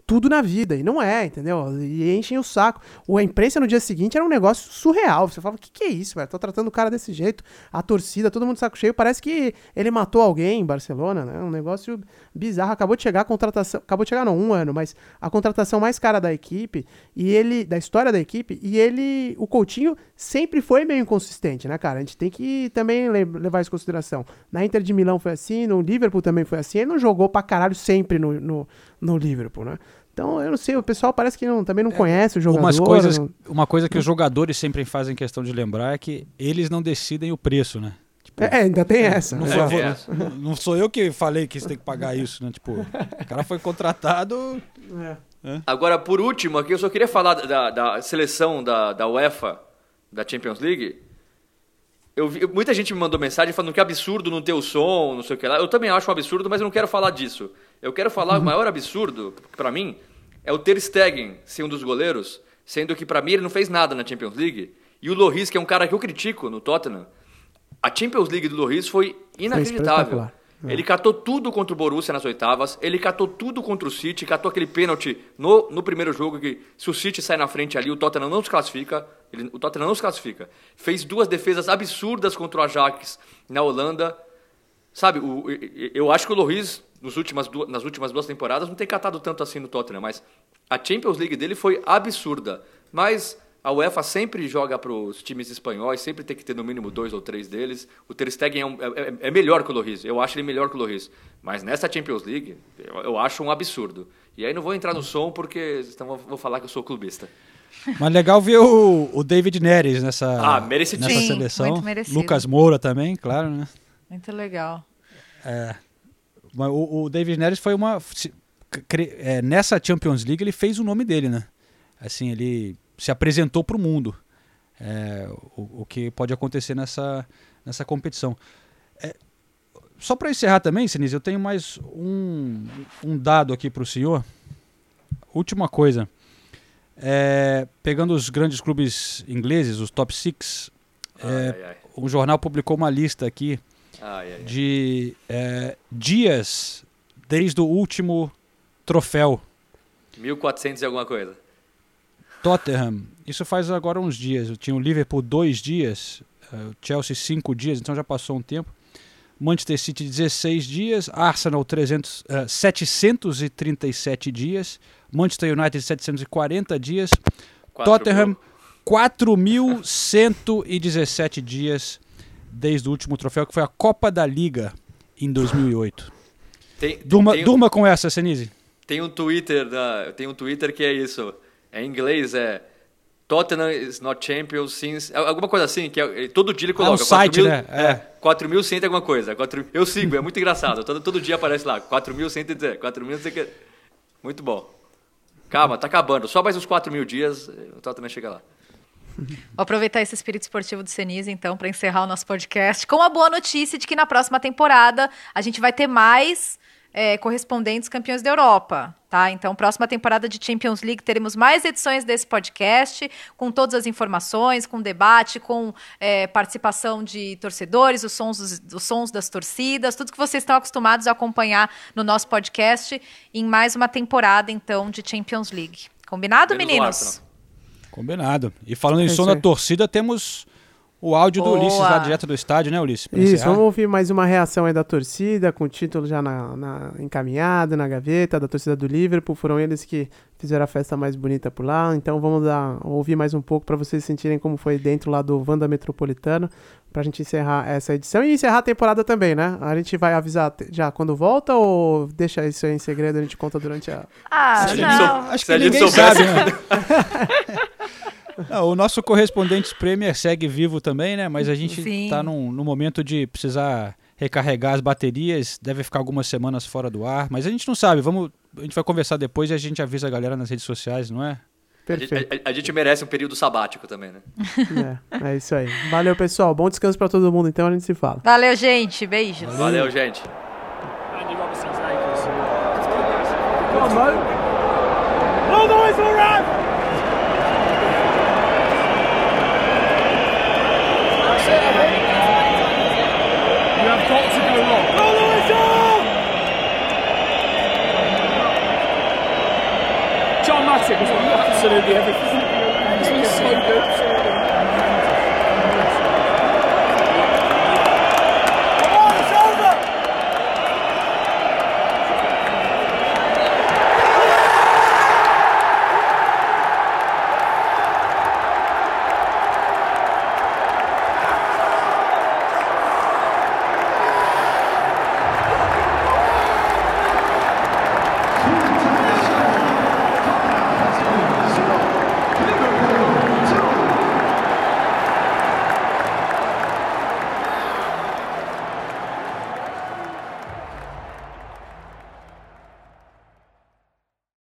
tudo na vida, e não é, entendeu? E enchem o saco. A imprensa no dia seguinte era um negócio surreal. Você falava, o que é isso, velho? Tô tratando o cara desse jeito. A torcida, todo mundo de saco cheio. Parece que ele matou alguém em Barcelona, né? Um negócio bizarro. Acabou de chegar a contratação... Acabou de chegar, não, 1 ano, mas a contratação mais cara da equipe, da história da equipe, e o Coutinho sempre foi meio inconsistente, né, cara? A gente tem que também levar isso em consideração. Na Inter de Milão foi assim, no Liverpool também foi assim. Ele não jogou pra caralho sempre no Liverpool, né? Então, eu não sei, o pessoal parece que também não conhece o jogador. Uma coisa que os jogadores sempre fazem questão de lembrar é que eles não decidem o preço, né? Tipo, ainda tem essa. Não sou eu que falei que você tem que pagar isso, né? Tipo, o cara foi contratado... Agora, por último, aqui eu só queria falar da seleção da UEFA, da Champions League. Muita gente me mandou mensagem falando que é absurdo não ter o som, não sei o que lá. Eu também acho um absurdo, mas eu não quero falar disso. Eu quero falar, o maior absurdo, pra mim, é o Ter Stegen ser um dos goleiros, sendo que pra mim ele não fez nada na Champions League. E o Lloris, que é um cara que eu critico no Tottenham, a Champions League do Lloris foi inacreditável. Ele catou tudo contra o Borussia nas oitavas, ele catou tudo contra o City, catou aquele pênalti no primeiro jogo, que se o City sai na frente ali, o Tottenham não se classifica. Fez 2 defesas absurdas contra o Ajax na Holanda. Sabe, eu acho que o Lloris, nas últimas 2 temporadas, não tem catado tanto assim no Tottenham, mas a Champions League dele foi absurda. Mas a UEFA sempre joga para os times espanhóis, sempre tem que ter no mínimo 2 ou 3 deles. O Ter Stegen é melhor que o Lloris, eu acho ele melhor que o Lloris. Mas nessa Champions League, eu acho um absurdo. E aí não vou entrar no som, porque senão vou falar que eu sou clubista. Mas legal ver o David Neres nessa seleção. Muito merecido. Lucas Moura também, claro, né? Muito legal. O David Neres foi nessa Champions League ele fez o nome dele, né? Assim, ele se apresentou para o mundo. O que pode acontecer nessa competição. Só para encerrar também, Sinise, eu tenho mais um dado aqui para o senhor. Última coisa. Pegando os grandes clubes ingleses, os top 6, o jornal publicou uma lista aqui de dias desde o último troféu. 1400 e alguma coisa. Tottenham, isso faz agora uns dias. Eu tinha o Liverpool 2 dias, o Chelsea 5 dias, então já passou um tempo. Manchester City 16 dias, Arsenal 737 dias, Manchester United 740 dias, Tottenham 4.117 dias desde o último troféu, que foi a Copa da Liga em 2008. Durma com essa, Senise. Tem um Twitter que é isso. Em inglês Tottenham is not champion since... Alguma coisa assim, que todo dia ele coloca. Um site, né? 4.100 e alguma coisa. Eu sigo, é muito engraçado. Todo dia aparece lá, 4.100, 4.000... Muito bom. Calma, tá acabando. Só mais uns 4.000 dias, o Tottenham chega lá. Vou aproveitar esse espírito esportivo do Senise, então, para encerrar o nosso podcast com a boa notícia de que na próxima temporada a gente vai ter mais correspondentes campeões da Europa, tá? Então, próxima temporada de Champions League, teremos mais edições desse podcast, com todas as informações, com debate, com participação de torcedores, os sons das torcidas, tudo que vocês estão acostumados a acompanhar no nosso podcast em mais uma temporada, então, de Champions League. Combinado, meninos? Combinado. E falando em som da torcida, temos o áudio do Ulisses lá direto do estádio, né, Ulisses? Isso, vamos ouvir mais uma reação aí da torcida, com o título já encaminhado, na gaveta, da torcida do Liverpool. Foram eles que fizeram a festa mais bonita por lá. Então vamos ouvir mais um pouco para vocês sentirem como foi dentro lá do Wanda Metropolitano, pra gente encerrar essa edição e encerrar a temporada também, né? A gente vai avisar já quando volta ou deixa isso aí em segredo, a gente conta durante a... Acho que ninguém sabe, né? O nosso correspondente Premier segue vivo também, né? Mas a gente está no momento de precisar recarregar as baterias, deve ficar algumas semanas fora do ar, mas a gente não sabe, a gente vai conversar depois e a gente avisa a galera nas redes sociais, não é? Perfeito. A gente merece um período sabático também, né? É isso aí. Valeu, pessoal. Bom descanso para todo mundo, então a gente se fala. Valeu, gente. Beijos. Valeu, gente. classic was absolutely everything. It's been so good.